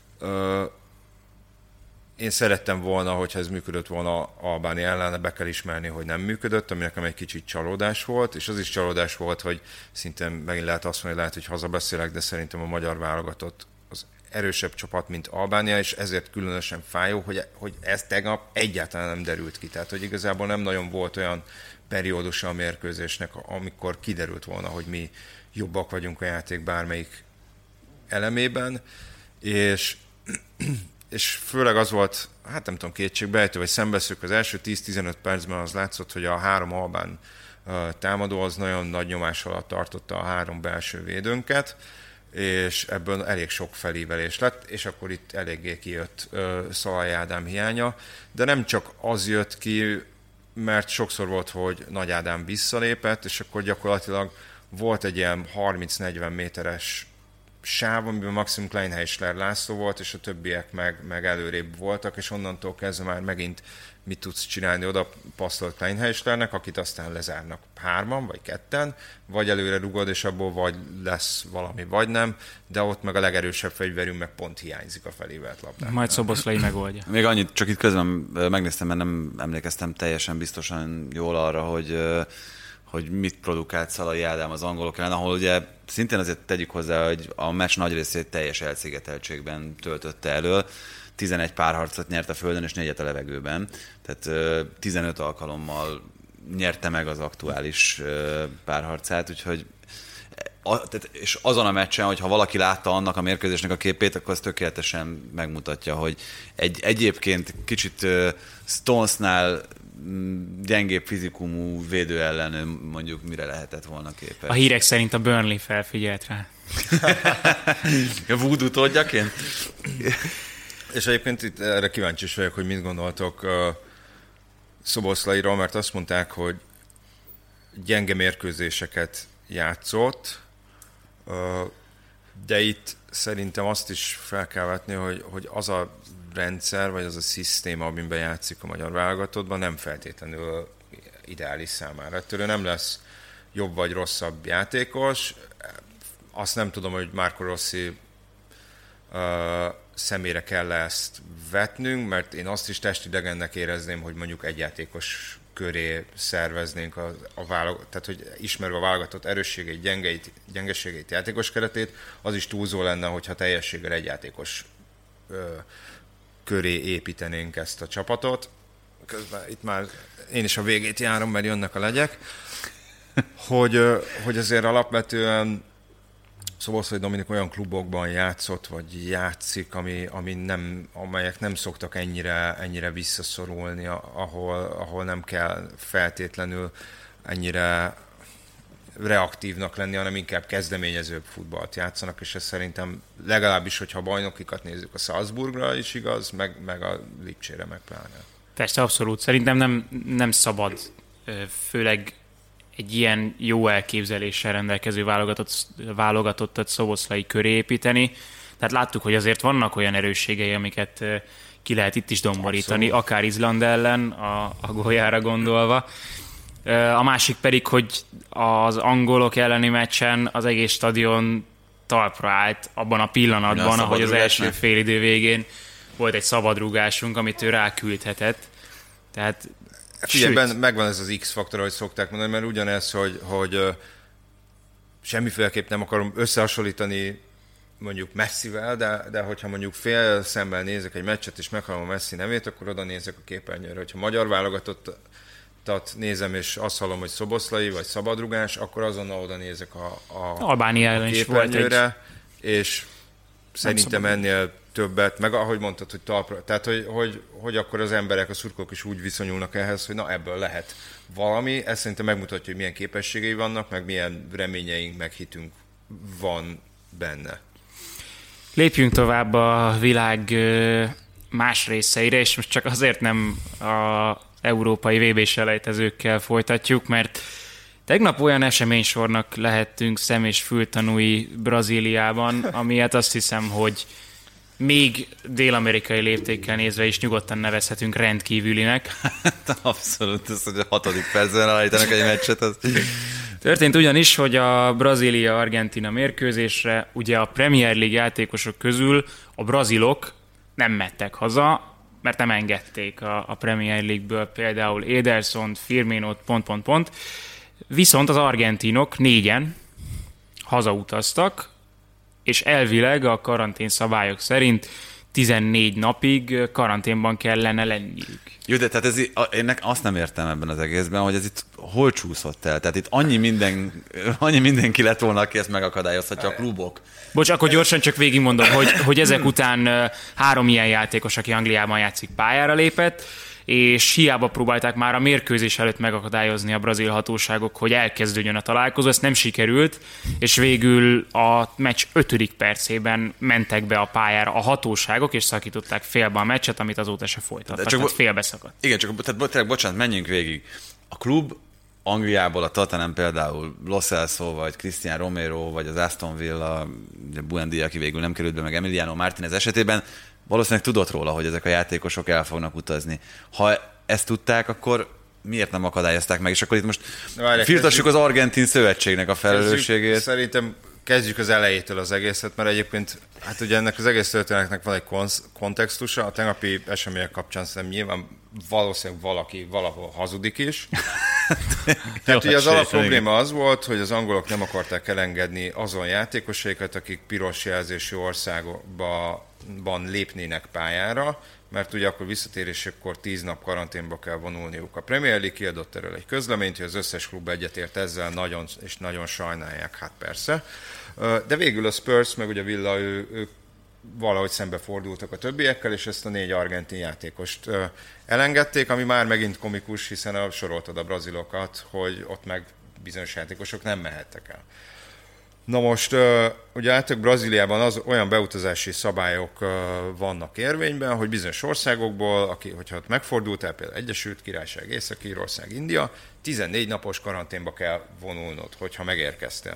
Én szerettem volna, hogyha ez működött volna Albánia ellen, be kell ismerni, hogy nem működött, ami nekem egy kicsit csalódás volt, és az is csalódás volt, hogy szinte megint lehet azt mondani, lehet, hogy hazabeszélek, de szerintem a magyar válogatott az erősebb csapat, mint Albánia, és ezért különösen fájó, hogy ez tegnap egyáltalán nem derült ki. Tehát, hogy igazából nem nagyon volt olyan periódusa a mérkőzésnek, amikor kiderült volna, hogy mi jobbak vagyunk a játék bármelyik elemében, és főleg az volt, hát nem tudom, kétségbejtő, vagy szembeszők az első 10-15 percben az látszott, hogy a három albán támadó az nagyon nagy nyomás alatt tartotta a három belső védőnket, és ebből elég sok felívelés lett, és akkor itt eléggé kijött Szalai Ádám hiánya, de nem csak az jött ki, mert sokszor volt, hogy Nagy Ádám visszalépett, és akkor gyakorlatilag volt egy ilyen 30-40 méteres sáv, amiben maximum Kleinheisler László volt, és a többiek meg előrébb voltak, és onnantól kezdve már megint mit tudsz csinálni, oda passzolt Kleinheislernek, akit aztán lezárnak 3-an, vagy 2-en, vagy előre rugod, és abból vagy lesz valami, vagy nem, de ott meg a legerősebb fegyverünk meg pont hiányzik a felévelt labdát. Majd Szoboszlai megoldja. Még annyit, csak itt közben megnéztem, mert nem emlékeztem teljesen biztosan jól arra, hogy mit produkált Szalai Ádám az angolok ellen, ahol ugye szintén azért tegyük hozzá, hogy a meccs nagy részét teljes elszigeteltségben töltötte elő. 11 párharcot nyert a földön, és 4-et a levegőben. Tehát 15 alkalommal nyerte meg az aktuális párharcát, úgyhogy és azon a meccsen, hogyha valaki látta annak a mérkőzésnek a képét, akkor az tökéletesen megmutatja, hogy egy egyébként kicsit Stonesnál gyengébb fizikumú védő ellen mondjuk mire lehetett volna képes. A hírek szerint a Burnley felfigyelt rá. A voodoo tódjaként? És egyébként itt erre kíváncsi is vagyok, hogy mit gondoltok Szoboszlairól, mert azt mondták, hogy gyenge mérkőzéseket játszott, de itt szerintem azt is fel kell vetni, hogy az a rendszer, vagy az a szisztéma, amiben játszik a magyar válogatottban, nem feltétlenül ideális számára. Ettől nem lesz jobb vagy rosszabb játékos. Azt nem tudom, hogy Marco Rossi személyre kell ezt vetnünk, mert én azt is testidegennek érezném, hogy mondjuk egy játékos köré szerveznénk tehát hogy ismerve a válogatott erősségeit, gyengeségeit, játékos keretét, az is túlzó lenne, hogyha teljességgel egy játékos köré építenénk ezt a csapatot. Közben itt már én is a végét járom, mert jönnek a legyek, hogy azért alapvetően Szoboszlai Dominik olyan klubokban játszott, vagy játszik, amelyek nem szoktak ennyire visszaszorulni, ahol nem kell feltétlenül ennyire reaktívnak lenni, hanem inkább kezdeményezőbb futballt játszanak, és ez szerintem legalábbis, hogyha a bajnokikat nézzük, a Salzburgra is igaz, meg a Lipcsére meg pláne. Persze, abszolút. Szerintem nem szabad, főleg egy ilyen jó elképzeléssel rendelkező válogatottat Szoboszlai köré építeni. Tehát láttuk, hogy azért vannak olyan erősségei, amiket ki lehet itt is domborítani, abszolút. Akár Izland ellen, a góljára gondolva. A másik pedig, hogy az angolok elleni meccsen az egész stadion talpra állt abban a pillanatban, ahogy az első félidő végén volt egy szabadrúgásunk, amit ő ráküldhetett. Tehát figyelj, megvan ez az X-faktor, ahogy szokták mondani, mert ugyanez, hogy semmiféleképp nem akarom összehasonlítani mondjuk Messivel, de hogyha mondjuk fél szemmel nézek egy meccset, és meghallom a Messi nevét, akkor oda nézek a képernyőre. Hogyha magyar válogatottat nézem, és azt hallom, hogy Szoboszlai, vagy szabadrugás, akkor azonnal oda nézek a képernyőre, és szerintem ennél többet, meg ahogy mondtad, hogy talpra, tehát hogy akkor az emberek, a szurkolók is úgy viszonyulnak ehhez, hogy na ebből lehet valami, ez szerintem megmutatja, hogy milyen képességei vannak, meg milyen reményeink, meg hitünk van benne. Lépjünk tovább a világ más részeire, és most csak azért nem az európai VB-selejtezőkkel folytatjuk, mert tegnap olyan eseménysornak lehettünk szem- és fültanúi Brazíliában, amilyet azt hiszem, hogy még dél-amerikai léptékkel nézve is nyugodtan nevezhetünk rendkívülinek. Abszolút, ez, hogy a 6. percben állítanak egy meccset. Az... Történt ugyanis, hogy a Brazília-Argentina mérkőzésre ugye a Premier League játékosok közül a brazilok nem mentek haza, mert nem engedték a Premier League-ből például Edersont, Firminót, Viszont az argentinok 4-en hazautaztak, és elvileg a karantén szabályok szerint 14 napig karanténban kellene lenniük. Jó, de tehát én azt nem értem ebben az egészben, hogy ez itt hol csúszott el. Tehát itt annyi mindenki lett volna, aki ezt megakadályozhatja, a klubok. Bocs, akkor gyorsan csak végigmondom, hogy ezek után 3 ilyen játékos, aki Angliában játszik, pályára lépett, és hiába próbálták már a mérkőzés előtt megakadályozni a brazil hatóságok, hogy elkezdődjön a találkozó, ezt nem sikerült, és végül a meccs 5. percében mentek be a pályára a hatóságok, és szakították félbe a meccset, amit azóta se folytattak, tehát félbeszakadt. Igen, csak bocsánat, menjünk végig. A klub Angliából a Tottenham például Lo Celso, vagy Cristian Romero, vagy az Aston Villa, Buendia, aki végül nem került be, meg Emiliano Martinez esetében valószínűleg tudott róla, hogy ezek a játékosok el fognak utazni. Ha ezt tudták, akkor miért nem akadályozták meg? És akkor itt most firtassuk az argentin szövetségnek a felelősségét. Szerintem kezdjük az elejétől az egészet, mert egyébként hát ugye ennek az egész történetnek van egy kontextusa. A tegnapi események kapcsán szerintem nyilván valószínűleg valaki valahol hazudik is. Tehát ugye az alapprobléma az volt, hogy az angolok nem akarták elengedni azon játékosaikat, akik piros jelzésű országban lépnének pályára, mert ugye akkor visszatérésekor 10 nap karanténba kell vonulniuk. A Premier League kiadott erről egy közleményt, hogy az összes klub egyetért ezzel, nagyon, és nagyon sajnálják, hát persze. De végül a Spurs, meg ugye Villa, ők valahogy szembefordultak a többiekkel, és ezt a 4 argentin játékost elengedték, ami már megint komikus, hiszen soroltad a brazilokat, hogy ott meg bizonyos játékosok nem mehettek el. Na most, ugye általában Brazíliában olyan beutazási szabályok vannak érvényben, hogy bizonyos országokból, hogyha ott megfordultál, például Egyesült Királyság, Észak-Írország, India, 14 napos karanténba kell vonulnod, hogyha megérkeztél.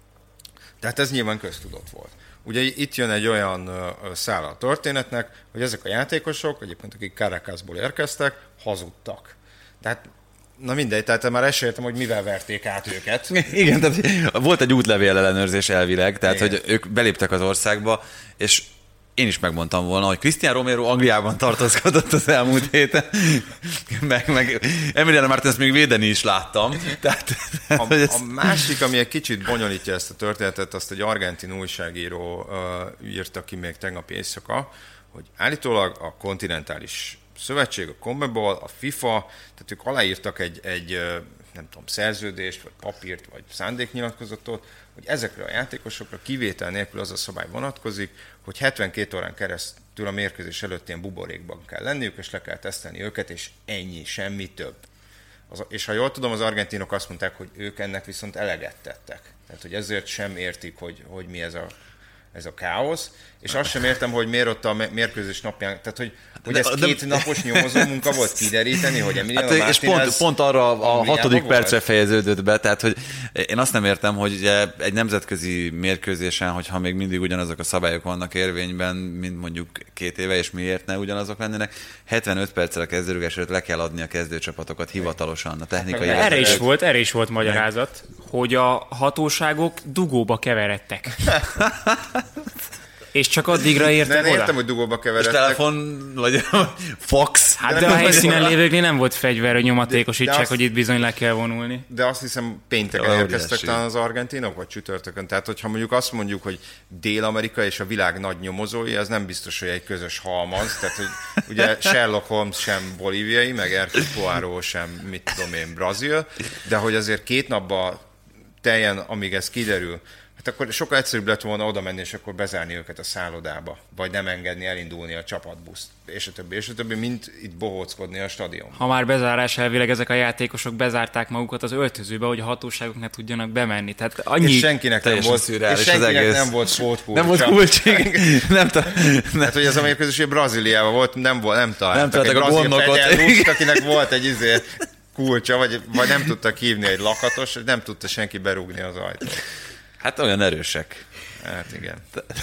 Tehát ez nyilván köztudott volt. Ugye itt jön egy olyan szála a történetnek, hogy ezek a játékosok, egyébként akik Caracasból érkeztek, hazudtak. Tehát na mindegy, tehát már esélyetem, hogy mivel verték át őket. Igen, tehát volt egy útlevél ellenőrzés elvileg, tehát igen, hogy ők beléptek az országba, és én is megmondtam volna, hogy Cristian Romero Angliában tartózkodott az elmúlt héten, meg Emiliano Martinez még védeni is láttam. Tehát, a másik, ami egy kicsit bonyolítja ezt a történetet, azt egy argentin újságíró írta ki még tegnap éjszaka, hogy állítólag a kontinentális szövetség, a CONMEBOL, a FIFA, tehát ők aláírtak egy nem tudom, szerződést, vagy papírt, vagy szándéknyilatkozatot, hogy ezekre a játékosokra kivétel nélkül az a szabály vonatkozik, hogy 72 órán keresztül a mérkőzés előtt ilyen buborékban kell lenniük, és le kell tesztelni őket, és ennyi, semmi több. És ha jól tudom, az argentinok azt mondták, hogy ők ennek viszont eleget tettek. Tehát, hogy ezért sem értik, hogy mi ez a káosz, és azt sem értem, hogy miért ott a mérkőzés napján, tehát hogy ez 2 napos nyomozó munka volt kideríteni, hogy Emiliano Martinez... És pont arra a 6. percre fejeződött be, tehát hogy én azt nem értem, hogy egy nemzetközi mérkőzésen, hogyha még mindig ugyanazok a szabályok vannak érvényben, mint mondjuk 2 éve, és miért ne ugyanazok lennének, 75 perccel a kezdőrugás előtt le kell adni a kezdőcsapatokat hivatalosan, a technikai... Erre is volt magyarázat, hogy a hatóságok dugóba keveredtek. És csak addigra értek oda? Értem, hogy dugóba keveredtek. És telefon, vagy fax. Hát de a helyszínen lévőknél nem volt fegyver, hogy nyomatékosítsák, hogy itt bizony le kell vonulni. De azt hiszem pénteken érkeztek talán az argentinok, vagy csütörtökön. Tehát, hogyha mondjuk azt mondjuk, hogy Dél-Amerika és a világ nagy nyomozói, az nem biztos, hogy egy közös halmaz. Tehát, hogy ugye Sherlock Holmes sem bolíviai, meg Hercule Poirot sem, mit tudom én, brazil, de hogy azért 2 napban teljen, amíg ez kiderül, hát akkor sokkal egyszerűbb lett volna oda menni, és akkor bezárni őket a szállodába, vagy nem engedni elindulni a csapatbuszt, és a többi, mint itt bohóckodni a stadion. Ha már bezárás elvileg, ezek a játékosok bezárták magukat az öltözőbe, hogy a hatóságok ne tudjanak bemenni. Tehát annyi... És senkinek nem volt pótkulcsa. Nem volt kulcsig. Hát, hogy ez a mérkőzés Brazíliában volt, nem találtak egy gondnokot. Akinek volt egy kulcsa, vagy nem tudtak hívni egy lakatos, nem tudta senki berúgni az ajtót. Hát olyan erősek. Hát igen.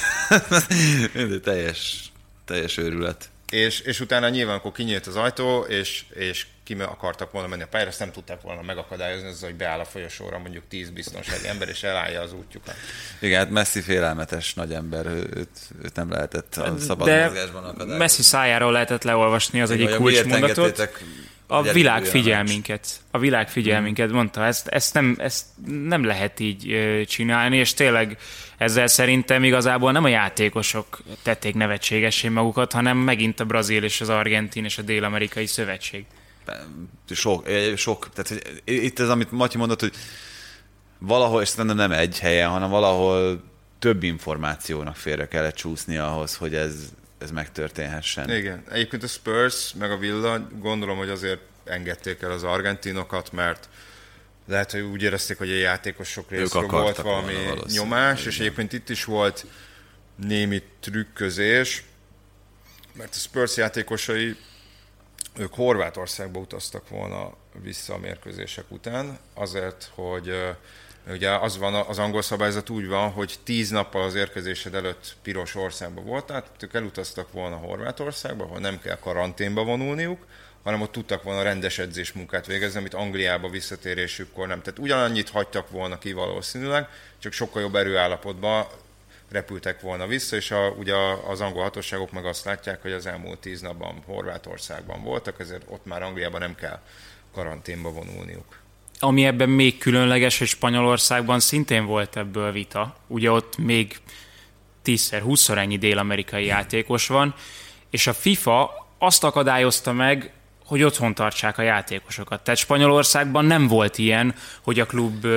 teljes őrület. És utána nyilván, akkor kinyílt az ajtó, és ki akartak volna menni a pályára, ezt nem tudták volna megakadályozni, az, hogy beáll a folyosóra mondjuk 10 biztonsági ember, és elállja az útjukat. Igen, hát Messi félelmetes nagy ember, őt nem lehetett a szabad mozgásban akadályozni. Messi szájáról lehetett leolvasni az egyik kulcsmondatot. A világ figyel minket, mondta, ezt nem lehet így csinálni, és tényleg ezzel szerintem igazából nem a játékosok tették nevetségessé magukat, hanem megint a brazil és az argentin és a dél-amerikai szövetség. Sok. Tehát itt ez, amit Matyi mondott, hogy valahol, és szerintem nem egy helyen, hanem valahol több információnak félre kellett csúszni ahhoz, hogy ez megtörténhessen. Igen. Egyébként a Spurs meg a Villa, gondolom, hogy azért engedték el az argentinokat, mert lehet, hogy úgy érezték, hogy a játékosok részről volt valami nyomás, és egyébként itt is volt némi trükközés, mert a Spurs játékosai ők Horvátországba utaztak volna vissza a mérkőzések után, azért, hogy ugye az van, az angol szabályzat úgy van, hogy 10 nappal az érkezésed előtt piros országban voltál, tehát ők elutaztak volna Horvátországba, ahol nem kell karanténba vonulniuk, hanem ott tudtak volna rendes edzésmunkát végezni, amit Angliába visszatérésükkor nem. Tehát ugyanannyit hagytak volna ki valószínűleg, csak sokkal jobb erőállapotban repültek volna vissza, és ugye az angol hatóságok meg azt látják, hogy az elmúlt 10 napban Horvátországban voltak, ezért ott már Angliában nem kell karanténba vonulniuk. Ami ebben még különleges, hogy Spanyolországban szintén volt ebből vita. Ugye ott még 10-20-szor ennyi dél-amerikai játékos van, és a FIFA azt akadályozta meg, hogy otthon tartsák a játékosokat. Tehát Spanyolországban nem volt ilyen, hogy a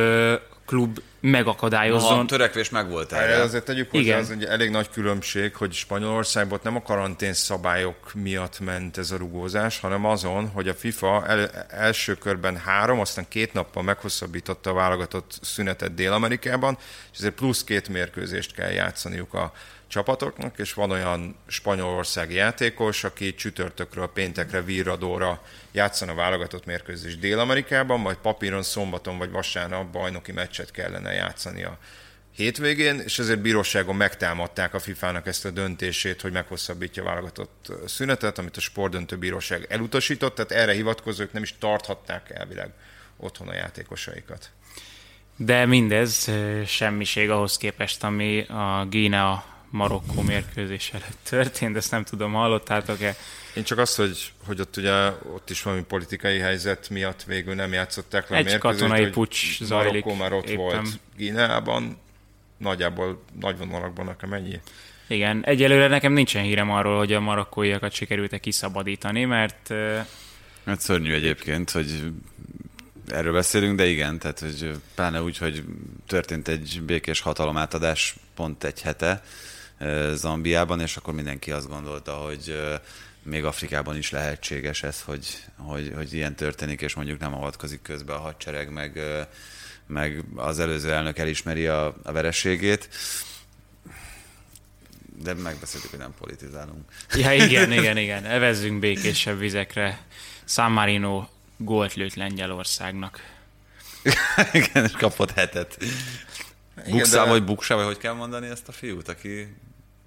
klub megakadályozzon. A törekvés meg volt erre. Azért tegyük hozzá, az egy elég nagy különbség, hogy Spanyolországban nem a karantén szabályok miatt ment ez a rugózás, hanem azon, hogy a FIFA első körben 3, aztán 2 nappal meghosszabbította a válogatott szünetet Dél-Amerikában, és ezért plusz 2 mérkőzést kell játszaniuk a csapatoknak, és van olyan spanyolországi játékos, aki csütörtökről péntekre virradóra játszana a válogatott mérkőzés Dél-Amerikában, majd papíron szombaton vagy vasárnap bajnoki meccset kellene játszani a hétvégén, és ezért bíróságon megtámadták a FIFA-nak ezt a döntését, hogy meghosszabbítja a válogatott szünetet, amit a sportdöntő bíróság elutasított, tehát erre hivatkozók nem is tarthatták elvileg otthon a játékosaikat. De mindez semmiség ahhoz képest, ami a Guinea-Marokkó mérkőzés előtt történt, ezt nem tudom, hallottátok-e? Én csak azt, hogy ott ugye ott is valami politikai helyzet miatt végül nem játszották le a mérkőzést. Egy katonai puccs zajlik. Marokkó már ott éppen volt Guineában, nagyjából nagy vonalakban nekem ennyi. Igen, egyelőre nekem nincsen hírem arról, hogy a marokkóiakat sikerült-e kiszabadítani, mert... Hát szörnyű egyébként, hogy erről beszélünk, de igen, tehát hogy pláne úgy, hogy történt egy békés hatalomátadás pont egy hete Zambiában, és akkor mindenki azt gondolta, hogy még Afrikában is lehetséges ez, hogy ilyen történik, és mondjuk nem avatkozik közbe a hadsereg, meg az előző elnök elismeri a vereségét. De megbeszéltük, hogy nem politizálunk. Ja, igen. Evezzünk békésebb vizekre. San Marino gólt lőtt Lengyelországnak. Igen, és kapott 7-et. Bukszá vagy Buksá, vagy hogy kell mondani ezt a fiút, aki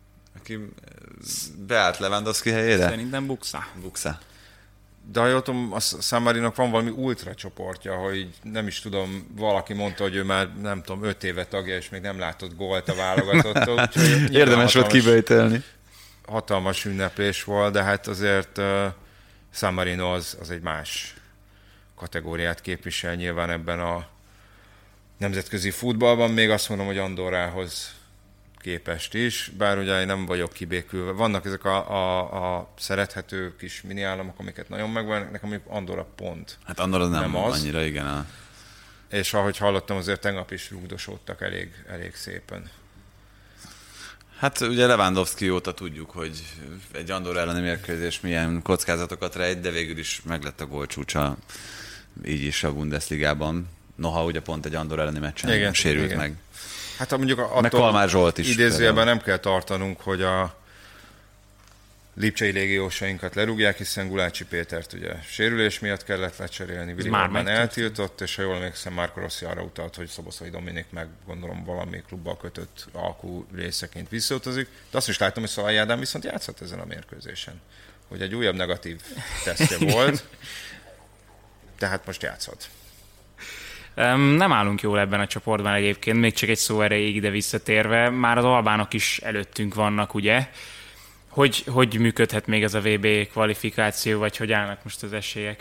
beállt Lewandowski helyére? Szerintem Bukszá. De ha jól tudom, a San Marinonak van valami ultra csoportja, hogy nem is tudom, valaki mondta, hogy ő már nem tudom, 5 éve tagja, és még nem látott gólt a válogatottól. Érdemes volt kiböjtölni. Hatalmas ünneplés volt, de hát azért San Marino az egy más kategóriát képvisel nyilván ebben a nemzetközi futballban, még azt mondom, hogy Andorrához képest is, bár ugye nem vagyok kibékülve. Vannak ezek a szerethető kis mini államok, amiket nagyon megvannak, nekem mondjuk Andorra pont. Hát Andorra nem az. Annyira, igen. És ahogy hallottam, azért tegnap is rúgdosódtak elég szépen. Hát ugye Lewandowski óta tudjuk, hogy egy Andorra elleni mérkőzés milyen kockázatokat rejt, de végül is meglett a gólcsúcsa így is a Bundesligában. Noha ugye pont egy Andorra elleni meccsen sérült meg. Hát mondjuk meg Kalmár Zsolt is. Idézőjelben nem kell tartanunk, hogy a lipcsei légiósainkat lerúgják, hiszen Gulácsi Pétert ugye sérülés miatt kellett lecserélni, Willi Orban eltiltott, és ha jól emlékszem, Marco Rossi arra utalt, hogy Szoboszlai Dominik meg gondolom valami klubbal kötött alkú részeként visszautazik. De azt is láttam, hogy Szalai Ádám viszont játszott ezen a mérkőzésen. Hogy egy újabb negatív tesztje volt, tehát most játszhat. Nem állunk jól ebben a csoportban egyébként, még csak egy szó erejéig ide visszatérve. Már az albánok is előttünk vannak, ugye? Hogy működhet még ez a VB kvalifikáció, vagy hogy állnak most az esélyek?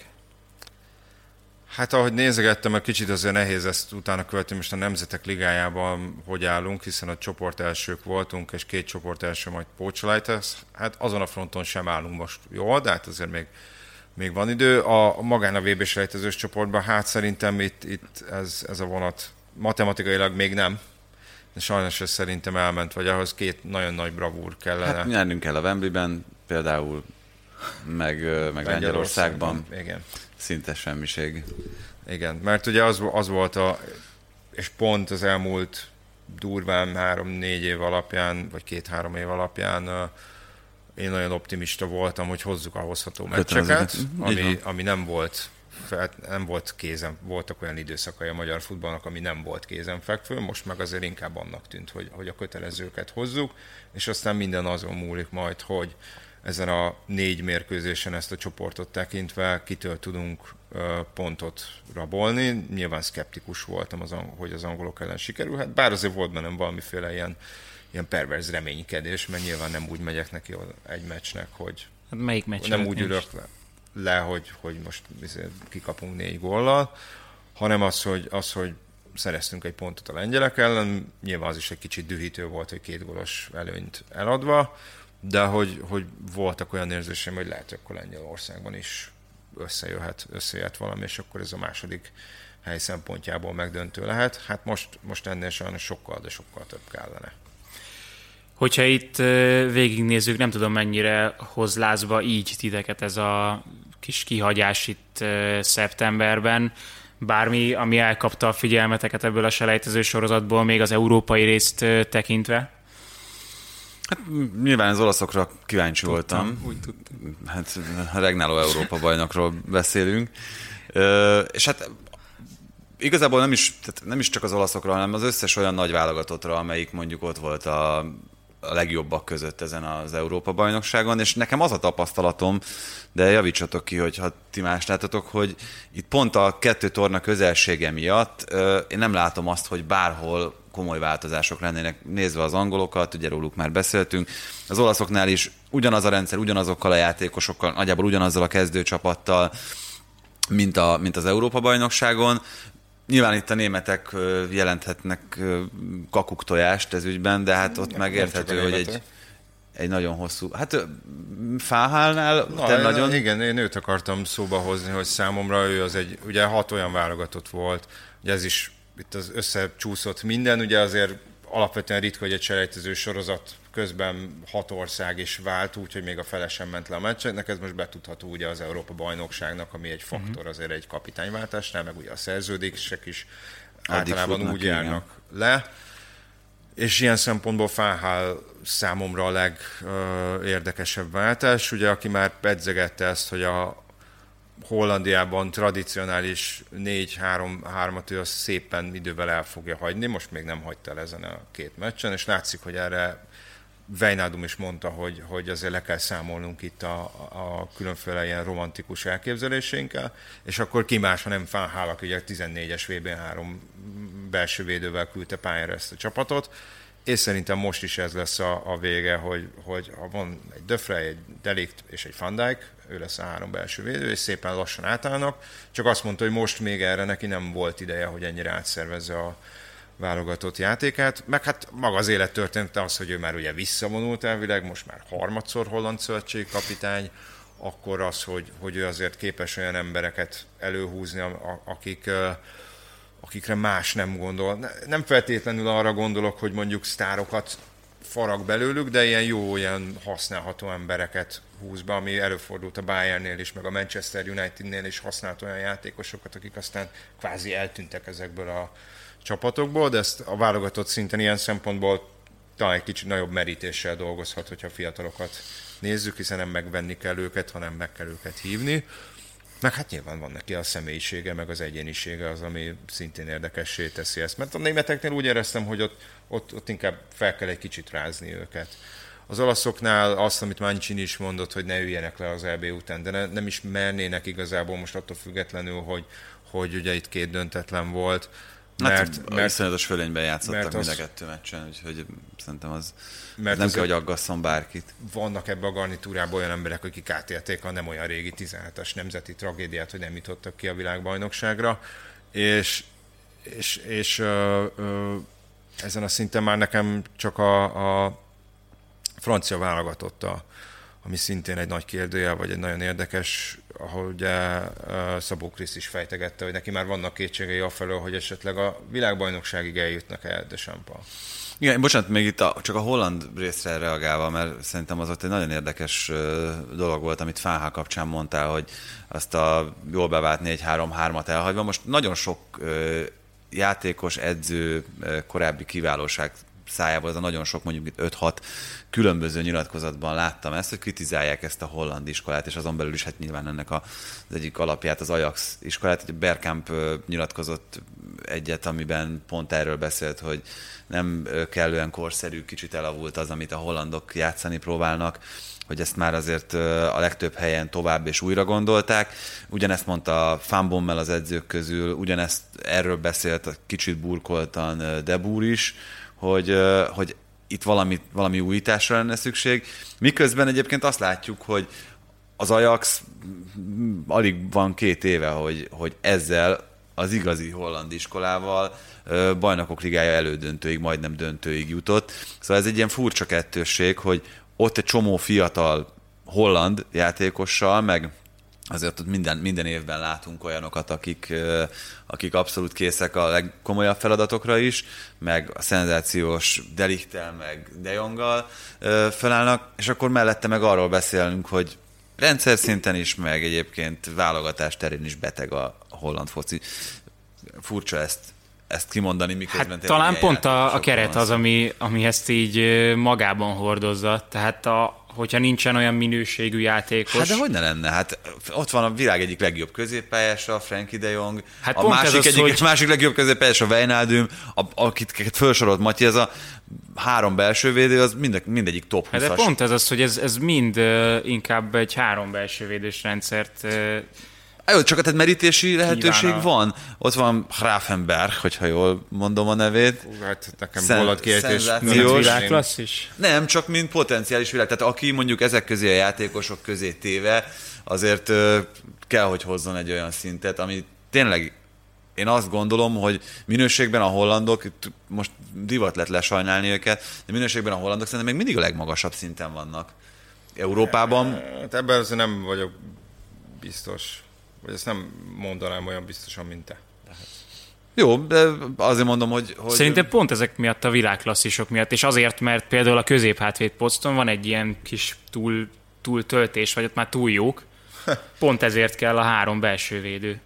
Hát ahogy nézegettem, egy kicsit azért nehéz ezt utána követni, most a Nemzetek Ligájában hogy állunk, hiszen a csoport elsők voltunk, és 2 csoport első majd pócsolajt. Hát azon a fronton sem állunk most jól, de hát azért még van idő. Magán a VB selejtezős csoportban, hát szerintem itt ez a vonat matematikailag még nem. De sajnos ez szerintem elment, vagy ahhoz 2 nagyon nagy bravúr kellene. Hát nyernünk kell a Wembleyben például, meg Lengyelországban. Igen. Szinte semmiség. Igen, mert ugye az volt és pont az elmúlt durván 3-4 év alapján, vagy 2-3 év alapján én nagyon optimista voltam, hogy hozzuk a hozható meccseket, ami nem volt kézen, voltak olyan időszakai a magyar futballnak, ami nem volt kézenfekvő, most meg azért inkább annak tűnt, hogy a kötelezőket hozzuk, és aztán minden azon múlik majd, hogy ezen a 4 mérkőzésen ezt a csoportot tekintve kitől tudunk pontot rabolni. Nyilván szkeptikus voltam, hogy az angolok ellen sikerülhet, bár azért volt bennem valamiféle ilyen perverz reménykedés, mert nyilván nem úgy megyek neki egy meccsnek, hogy hát melyik meccs nem úgy ülök le, hogy most kikapunk 4 góllal, hanem az, hogy szereztünk egy pontot a lengyelek ellen, nyilván az is egy kicsit dühítő volt, hogy 2 gólos előnyt eladva, de hogy voltak olyan érzésem, hogy lehet, hogy akkor Lengyelországban is összejöhet valami, és akkor ez a második hely szempontjából megdöntő lehet. Hát most ennél sajnos sokkal, de sokkal több kellene. Hogyha itt végignézzük, nem tudom mennyire hoz lázba így titeket ez a kis kihagyás itt szeptemberben. Bármi, ami elkapta a figyelmeteket ebből a selejtező sorozatból, még az európai részt tekintve? Hát nyilván az olaszokra kíváncsi voltam. Úgy tudtam. Hát a regnáló Európa bajnokról beszélünk. És hát igazából nem is csak az olaszokra, hanem az összes olyan nagy válogatottra, amelyik mondjuk ott volt a legjobbak között ezen az Európa-bajnokságon, és nekem az a tapasztalatom, de javítsatok ki, hogyha ti más látatok, hogy itt pont a 2 torna közelsége miatt én nem látom azt, hogy bárhol komoly változások lennének, nézve az angolokat, ugye róluk már beszéltünk, az olaszoknál is ugyanaz a rendszer, ugyanazokkal a játékosokkal, nagyjából ugyanazzal a kezdőcsapattal, mint az Európa-bajnokságon. Nyilván itt a németek jelenthetnek kakuktojást ez ügyben, de hát ott megérthető, hogy egy nagyon hosszú... Hát Fáhálnál te nagyon... Igen, én őt akartam szóba hozni, hogy számomra ő ugye 6 olyan válogatott volt, ugye ez is itt az összecsúszott minden, ugye azért alapvetően ritka, hogy egy selejtező sorozat közben 6 ország is vált, úgyhogy még a fele sem ment le a meccseknek, ez most betudható ugye az Európa-bajnokságnak, ami egy faktor azért egy kapitányváltásnál, meg ugye a szerződések is általában úgy járnak le. És ilyen szempontból Fáhál számomra a legérdekesebb váltás, ugye aki már pedzegette ezt, hogy a Hollandiában tradicionális 4-3-3-at ő azt szépen idővel el fogja hagyni, most még nem hagyta el ezen a 2 meccsen, és látszik, hogy erre Wijnaldum is mondta, hogy azért le kell számolnunk itt a különféle ilyen romantikus elképzelésénkkel, és akkor ki más, ha nem Fáhál, aki ugye 14-es VB-n 3 belső védővel küldte pályára ezt a csapatot, és szerintem most is ez lesz a vége, hogy ha van egy De Vrij, egy De Ligt és egy Van Dijk, ő lesz a 3 belső védő, és szépen lassan átállnak, csak azt mondta, hogy most még erre neki nem volt ideje, hogy ennyire átszervezze a válogatott játékát, meg hát maga az élet történt az, hogy ő már ugye visszavonult elvileg, most már 3-szor holland szövetségi kapitány, akkor az, hogy ő azért képes olyan embereket előhúzni, akikre más nem gondol. Nem feltétlenül arra gondolok, hogy mondjuk sztárokat farag belőlük, de ilyen használható embereket húz be, ami előfordult a Bayernnél is, meg a Manchester Unitednél is használt olyan játékosokat, akik aztán kvázi eltűntek ezekből a csapatokból, de ezt a válogatott szinten ilyen szempontból talán egy kicsit nagyobb merítéssel dolgozhat, hogyha fiatalokat nézzük, hiszen nem megvenni kell őket, hanem meg kell őket hívni. Meg hát nyilván van neki a személyisége, meg az egyénisége az, ami szintén érdekessé teszi ezt. Mert a németeknél úgy éreztem, hogy ott inkább fel kell egy kicsit rázni őket. Az olaszoknál azt, amit Mancini is mondott, hogy ne üljenek le az EB után, de nem is mernének igazából most attól függetlenül, hogy ugye itt 2 döntetlen volt. Mert iszonyatos fölényben játszottak mind a 2 meccsen, úgyhogy szerintem az nem kell, hogy aggasszon bárkit. Vannak ebbe a garnitúrában olyan emberek, akik átélték a nem olyan régi 17-es nemzeti tragédiát, hogy nem jutottak ki a világbajnokságra, és ezen a szinten már nekem csak a francia válogatotta, ami szintén egy nagy kérdőjel, vagy egy nagyon érdekes, ahogy Szabó Krisz is fejtegette, hogy neki már vannak kétségei afelől, hogy esetleg a világbajnokságig eljutnak el Deschamps-al. Igen, bocsánat, még itt csak a holland részre reagálva, mert szerintem az ott egy nagyon érdekes dolog volt, amit Fáhál kapcsán mondtál, hogy azt a jól bevált 4-3-3-at elhagyva. Most nagyon sok játékos, edző, korábbi kiválóság szájából, ez a nagyon sok, mondjuk itt 5-6 különböző nyilatkozatban láttam ezt, hogy kritizálják ezt a holland iskolát, és azon belül is hát nyilván ennek az egyik alapját, az Ajax iskolát. Bergkamp nyilatkozott egyet, amiben pont erről beszélt, hogy nem kellően korszerű, kicsit elavult az, amit a hollandok játszani próbálnak, hogy ezt már azért a legtöbb helyen tovább és újra gondolták. Ugyanezt mondta Van Bommel az edzők közül, ugyanezt erről beszélt kicsit burkoltan De Boer is, hogy itt valami újításra lenne szükség. Miközben egyébként azt látjuk, hogy az Ajax alig van 2 éve, hogy ezzel az igazi holland iskolával Bajnokok Ligája elődöntőig, majdnem döntőig jutott. Szóval ez egy ilyen furcsa kettősség, hogy ott egy csomó fiatal holland játékossal, meg azért ott minden évben látunk olyanokat, akik abszolút készek a legkomolyabb feladatokra is, meg a szenzációs De Ligttel, meg De Jonggal felállnak, és akkor mellette meg arról beszélünk, hogy rendszer szinten is, meg egyébként válogatás terén is beteg a holland foci. Furcsa ezt kimondani, miközben... Hát talán pont a keret az, ami ezt így magában hordozza. Tehát hogyha nincsen olyan minőségű játékos... Hát de hogy ne lenne? Hát ott van a világ egyik legjobb középpályása, Frenkie de Jong, hát a másik legjobb középpályása, Wijnaldum, akit felsorolt Matyi, ez a 3 belső védő, az mindegyik top 20-as. Hát de pont ez hogy ez mind inkább egy 3 belső védős rendszert... Jó, csak tehát merítési lehetőség van. Ott van Gravenberch, hogyha jól mondom a nevét. Hát nekem volt kiejtés. Világklasszis? Nem, csak mint potenciális világ. Tehát aki mondjuk ezek közé a játékosok közé téve, azért kell, hogy hozzon egy olyan szintet, ami tényleg én azt gondolom, hogy minőségben a hollandok, most divat lett lesajnálni őket, de minőségben a hollandok szerintem még mindig a legmagasabb szinten vannak. Európában. Hát ebben azért nem vagyok biztos. Vagy ezt nem mondanám olyan biztosan, mint te. Jó, de azért mondom, hogy... Szerintem pont ezek miatt a világklasszisok miatt, és azért, mert például a középhátvéd poszton van egy ilyen kis túltöltés, vagy ott már túl jók, pont ezért kell a 3 belső védő.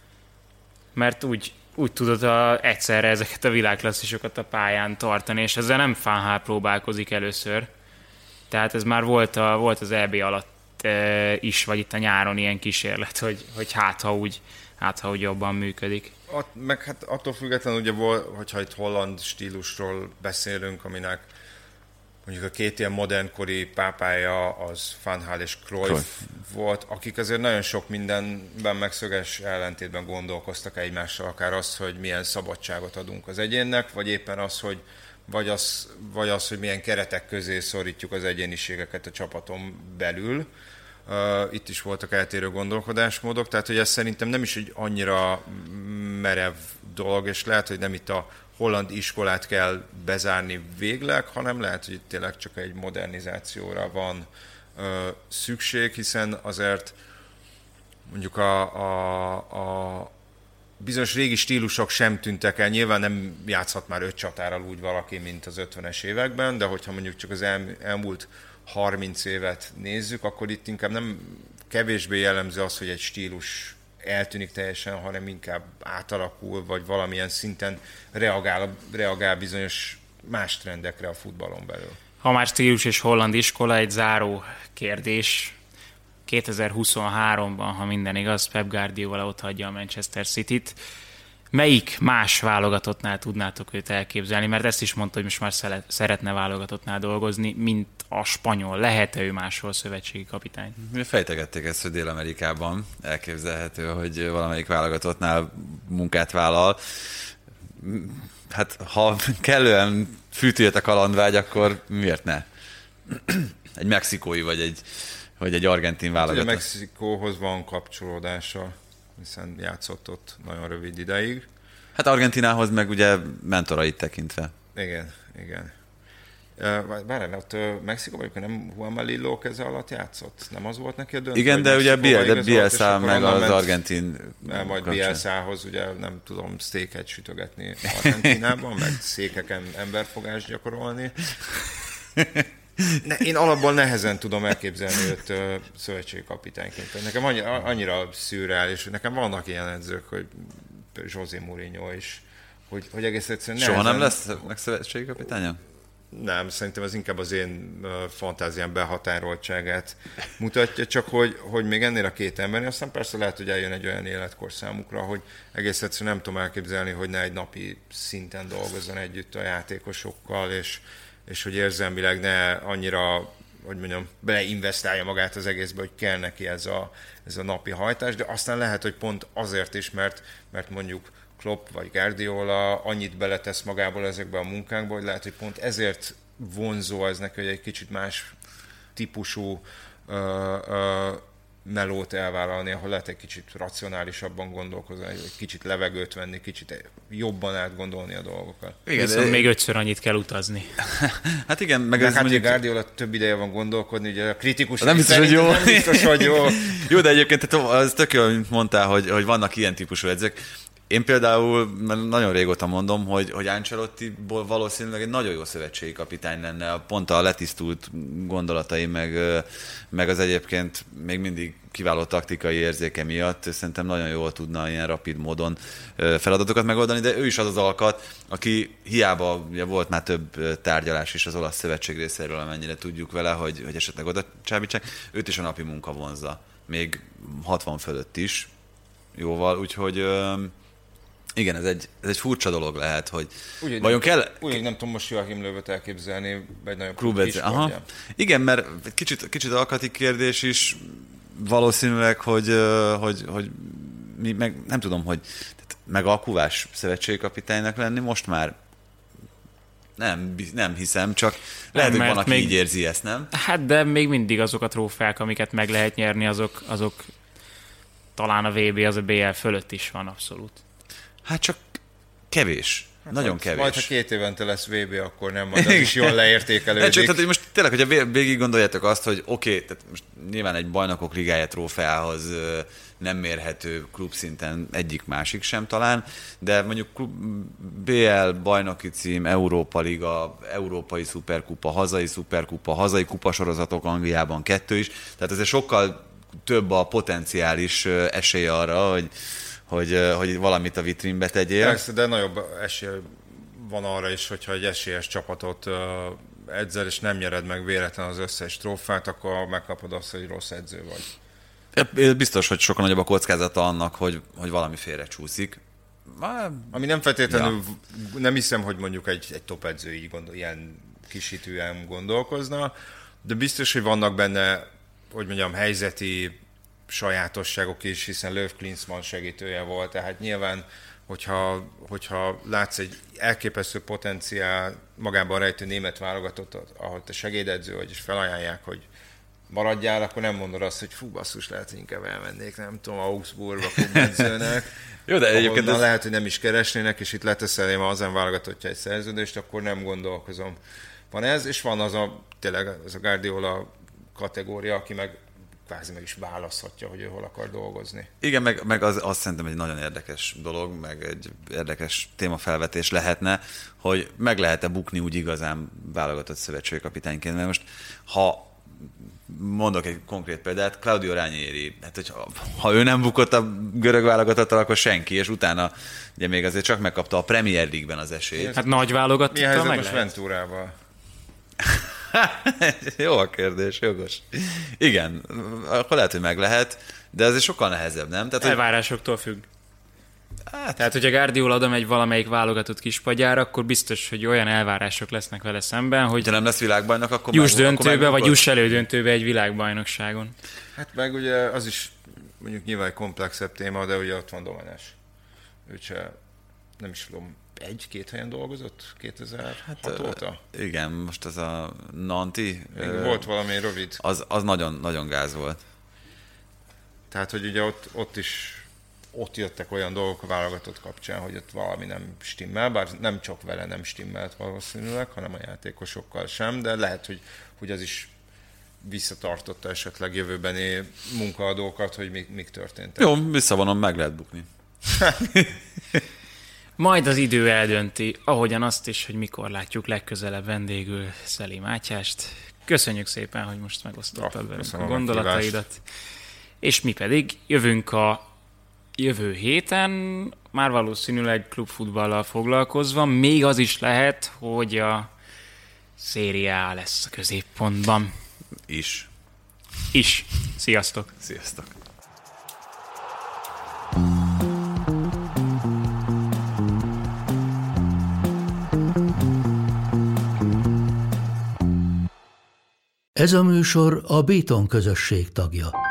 Mert úgy tudod egyszerre ezeket a világklasszisokat a pályán tartani, és ezzel nem Van Gaal próbálkozik először. Tehát ez már volt az EB alatt is, vagy itt a nyáron ilyen kísérlet, hogy hát ha úgy jobban működik. Meg hát attól függetlenül, ugye, hogyha itt holland stílusról beszélünk, aminek mondjuk a 2 ilyen modernkori pápája az Van Gaal és Cruyff volt, akik azért nagyon sok mindenben megszöges ellentétben gondolkoztak egymással, akár azt, hogy milyen szabadságot adunk az egyénnek, vagy éppen az, hogy vagy az, hogy milyen keretek közé szorítjuk az egyéniségeket a csapaton belül. Itt is voltak eltérő gondolkodásmódok, tehát hogy ez szerintem nem is egy annyira merev dolog, és lehet, hogy nem itt a holland iskolát kell bezárni végleg, hanem lehet, hogy itt tényleg csak egy modernizációra van szükség, hiszen azért mondjuk a bizonyos régi stílusok sem tűntek el. Nyilván nem játszhat már 5 csatárral úgy valaki, mint az 50-es években, de hogyha mondjuk csak az elmúlt 30 évet nézzük, akkor itt inkább nem kevésbé jellemző az, hogy egy stílus eltűnik teljesen, hanem inkább átalakul, vagy valamilyen szinten reagál bizonyos más trendekre a futballon belül. Ha már stílus és holland iskola, egy záró kérdés. 2023-ban, ha minden igaz, Pep Guardiola otthagyja a Manchester Cityt. Melyik más válogatottnál tudnátok őt elképzelni? Mert ezt is mondta, hogy most már szeretne válogatottnál dolgozni, mint a spanyol. Lehet-e ő máshol szövetségi kapitány? Fejtegették ezt, hogy Dél-Amerikában elképzelhető, hogy valamelyik válogatottnál munkát vállal. Hát, ha kellően fűtőjött a kalandvágy, akkor miért ne? Egy mexikói vagy egy argentin válogatott. A Mexikóhoz van kapcsolódása, hiszen játszott ott nagyon rövid ideig. Hát Argentinához meg ugye mentorait tekintve. Igen. Várjál, ott Mexikóban nem Juan Melillo keze alatt játszott? Nem az volt neki a döntő? Igen, de ugye Bielsa meg az argentin... Majd Bielsához ugye nem tudom sztéket sütögetni Argentinában, meg székeken emberfogást gyakorolni. Én alapból nehezen tudom elképzelni őt szövetségi kapitányként. Nekem annyira szürreális, nekem vannak ilyen edzők, hogy José Mourinho is, hogy egész egyszerűen nehezen... Soha nem lesz meg szövetségi kapitánya? Nem, szerintem ez inkább az én fantáziám behatároltságát mutatja, csak hogy még ennél a két embernél, aztán persze lehet, hogy eljön egy olyan életkor számukra, hogy egész egyszerűen nem tudom elképzelni, hogy ne egy napi szinten dolgozzon együtt a játékosokkal, és hogy érzelmileg ne annyira, hogy mondjam, beleinvestálja magát az egészbe, hogy kell neki ez a napi hajtás, de aztán lehet, hogy pont azért is, mert mondjuk Klopp vagy Guardiola annyit beletesz magából ezekbe a munkákba, hogy lehet, hogy pont ezért vonzó ez neki, hogy egy kicsit más típusú melót elvállalni, ahol lehet egy kicsit racionálisabban gondolkozni, egy kicsit levegőt venni, kicsit jobban átgondolni a dolgokat. Igen, viszont még 5-ször annyit kell utazni. Hát igen, meg de ez hát mondjuk... Guardiola több ideje van gondolkodni, ugye a kritikus... Nem biztos, hogy jó. Nem biztos, hogy jó. Jó, de egyébként az tök jó, mint mondtál, hogy vannak ilyen típusú edzők. Én például nagyon régóta mondom, hogy Ancelottiból valószínűleg egy nagyon jó szövetségi kapitány lenne, pont a letisztult gondolatai, meg az egyébként még mindig kiváló taktikai érzéke miatt szerintem nagyon jól tudna ilyen rapid módon feladatokat megoldani, de ő is az az alkat, aki hiába ugye volt már több tárgyalás is az olasz szövetség részéről, amennyire tudjuk vele, hogy esetleg oda csábítsák, őt is a napi munka vonzza, még 60 fölött is jóval, úgyhogy igen, ez egy furcsa dolog lehet, hogy úgy, vajon kell... Úgy, nem tudom most Joachim Löwet elképzelni egy nagyon klubedző. Aha. Igen, mert kicsit alkati kérdés is valószínűleg, hogy mi meg nem tudom, hogy meg alkuvás szövetségkapitánynak lenni most már nem hiszem, csak lehet, hogy van, aki még így érzi ezt, nem? Hát de még mindig azok a trófeák, amiket meg lehet nyerni, azok talán a VB, az a BL fölött is van abszolút. Hát csak kevés. Hát nagyon kevés. Majd, ha 2 évente lesz VB, akkor nem, majd az is jól leértékelődik. Csak, tehát, hogy most tényleg, hogyha végig gondoljátok azt, hogy oké, tehát most nyilván egy bajnokok ligája trófeához nem mérhető klubszinten egyik-másik sem talán, de mondjuk BL, bajnoki cím, Európa Liga, Európai Szuperkupa, hazai kupasorozatok Angliában 2 is, tehát ez sokkal több a potenciális esélye arra, hogy valamit a vitrínbe tegyél. Persze, de nagyobb esély van arra is, hogyha egy esélyes csapatot edzel, és nem nyered meg véletlen az összes trófát, akkor megkapod azt, hogy rossz edző vagy. Biztos, hogy sokkal nagyobb a kockázata annak, hogy valami félre csúszik. Ami nem feltétlenül, nem hiszem, hogy mondjuk egy top edző így ilyen kisítően gondolkozna, de biztos, hogy vannak benne, hogy mondjam, helyzeti sajátosságok is, hiszen Löw Klinsmann segítője volt, tehát nyilván, hogyha látsz egy elképesztő potenciál magában rejtő német válogatottat, ahol te segédedző vagy, és felajánlják, hogy maradjál, akkor nem mondod azt, hogy fú, basszus, lehet, hogy inkább elmennék, nem tudom, Augsburgba klubedzőnek. Jó, de egyébként lehet, hogy nem is keresnének, és itt leteszel azon válogatottja egy szerződést, akkor nem gondolkozom. Van ez, és van tényleg az a Guardiola kategória, aki meg kvázi meg is választhatja, hogy ő hol akar dolgozni. Igen, meg az szerintem egy nagyon érdekes dolog, meg egy érdekes témafelvetés lehetne, hogy meg lehet-e bukni úgy igazán válogatott szövetségkapitányként, mert most ha mondok egy konkrét példát, Claudio Ranieri, hát ha ő nem bukott a görög válogatottal, akkor senki, és utána ugye még azért csak megkapta a Premier League-ben az esélyt. Hát nagy válogatottal meg lehet. Mi a helyzet most Venturával? Jó a kérdés, jogos. Igen, akkor lehet, hogy meg lehet, de ez sokkal nehezebb, nem? Tehát, elvárásoktól függ. Tehát, hogyha Guardiola oda megy valamelyik válogatott kispadjára, akkor biztos, hogy olyan elvárások lesznek vele szemben, hogy ha nem lesz világbajnok, akkor juss döntőbe, vagy juss elődöntőbe egy világbajnokságon. Hát meg ugye az is mondjuk nyilván egy komplexebb téma, de ugye ott van Domenech. Úgyse nem is tudom, 1-2 helyen dolgozott 2006 óta? Igen, most az a Nanti. Volt valami rövid. Az nagyon, nagyon gáz volt. Tehát, hogy ugye ott jöttek olyan dolgok a válogatott kapcsán, hogy ott valami nem stimmel, bár nem csak vele nem stimmelt valószínűleg, hanem a játékosokkal sem, de lehet, hogy az is visszatartotta esetleg jövőbeni munkaadókat, hogy mik történtek. Jó, visszavonom, meg lehet bukni. Majd az idő eldönti, ahogyan azt is, hogy mikor látjuk legközelebb vendégül Szeli Mátyást. Köszönjük szépen, hogy most megosztottad velünk a gondolataidat. És mi pedig jövünk a jövő héten, már valószínűleg klubfutballal foglalkozva. Még az is lehet, hogy a Serie A lesz a középpontban. Is. Sziasztok! Sziasztok! Ez a műsor a Béton közösség tagja.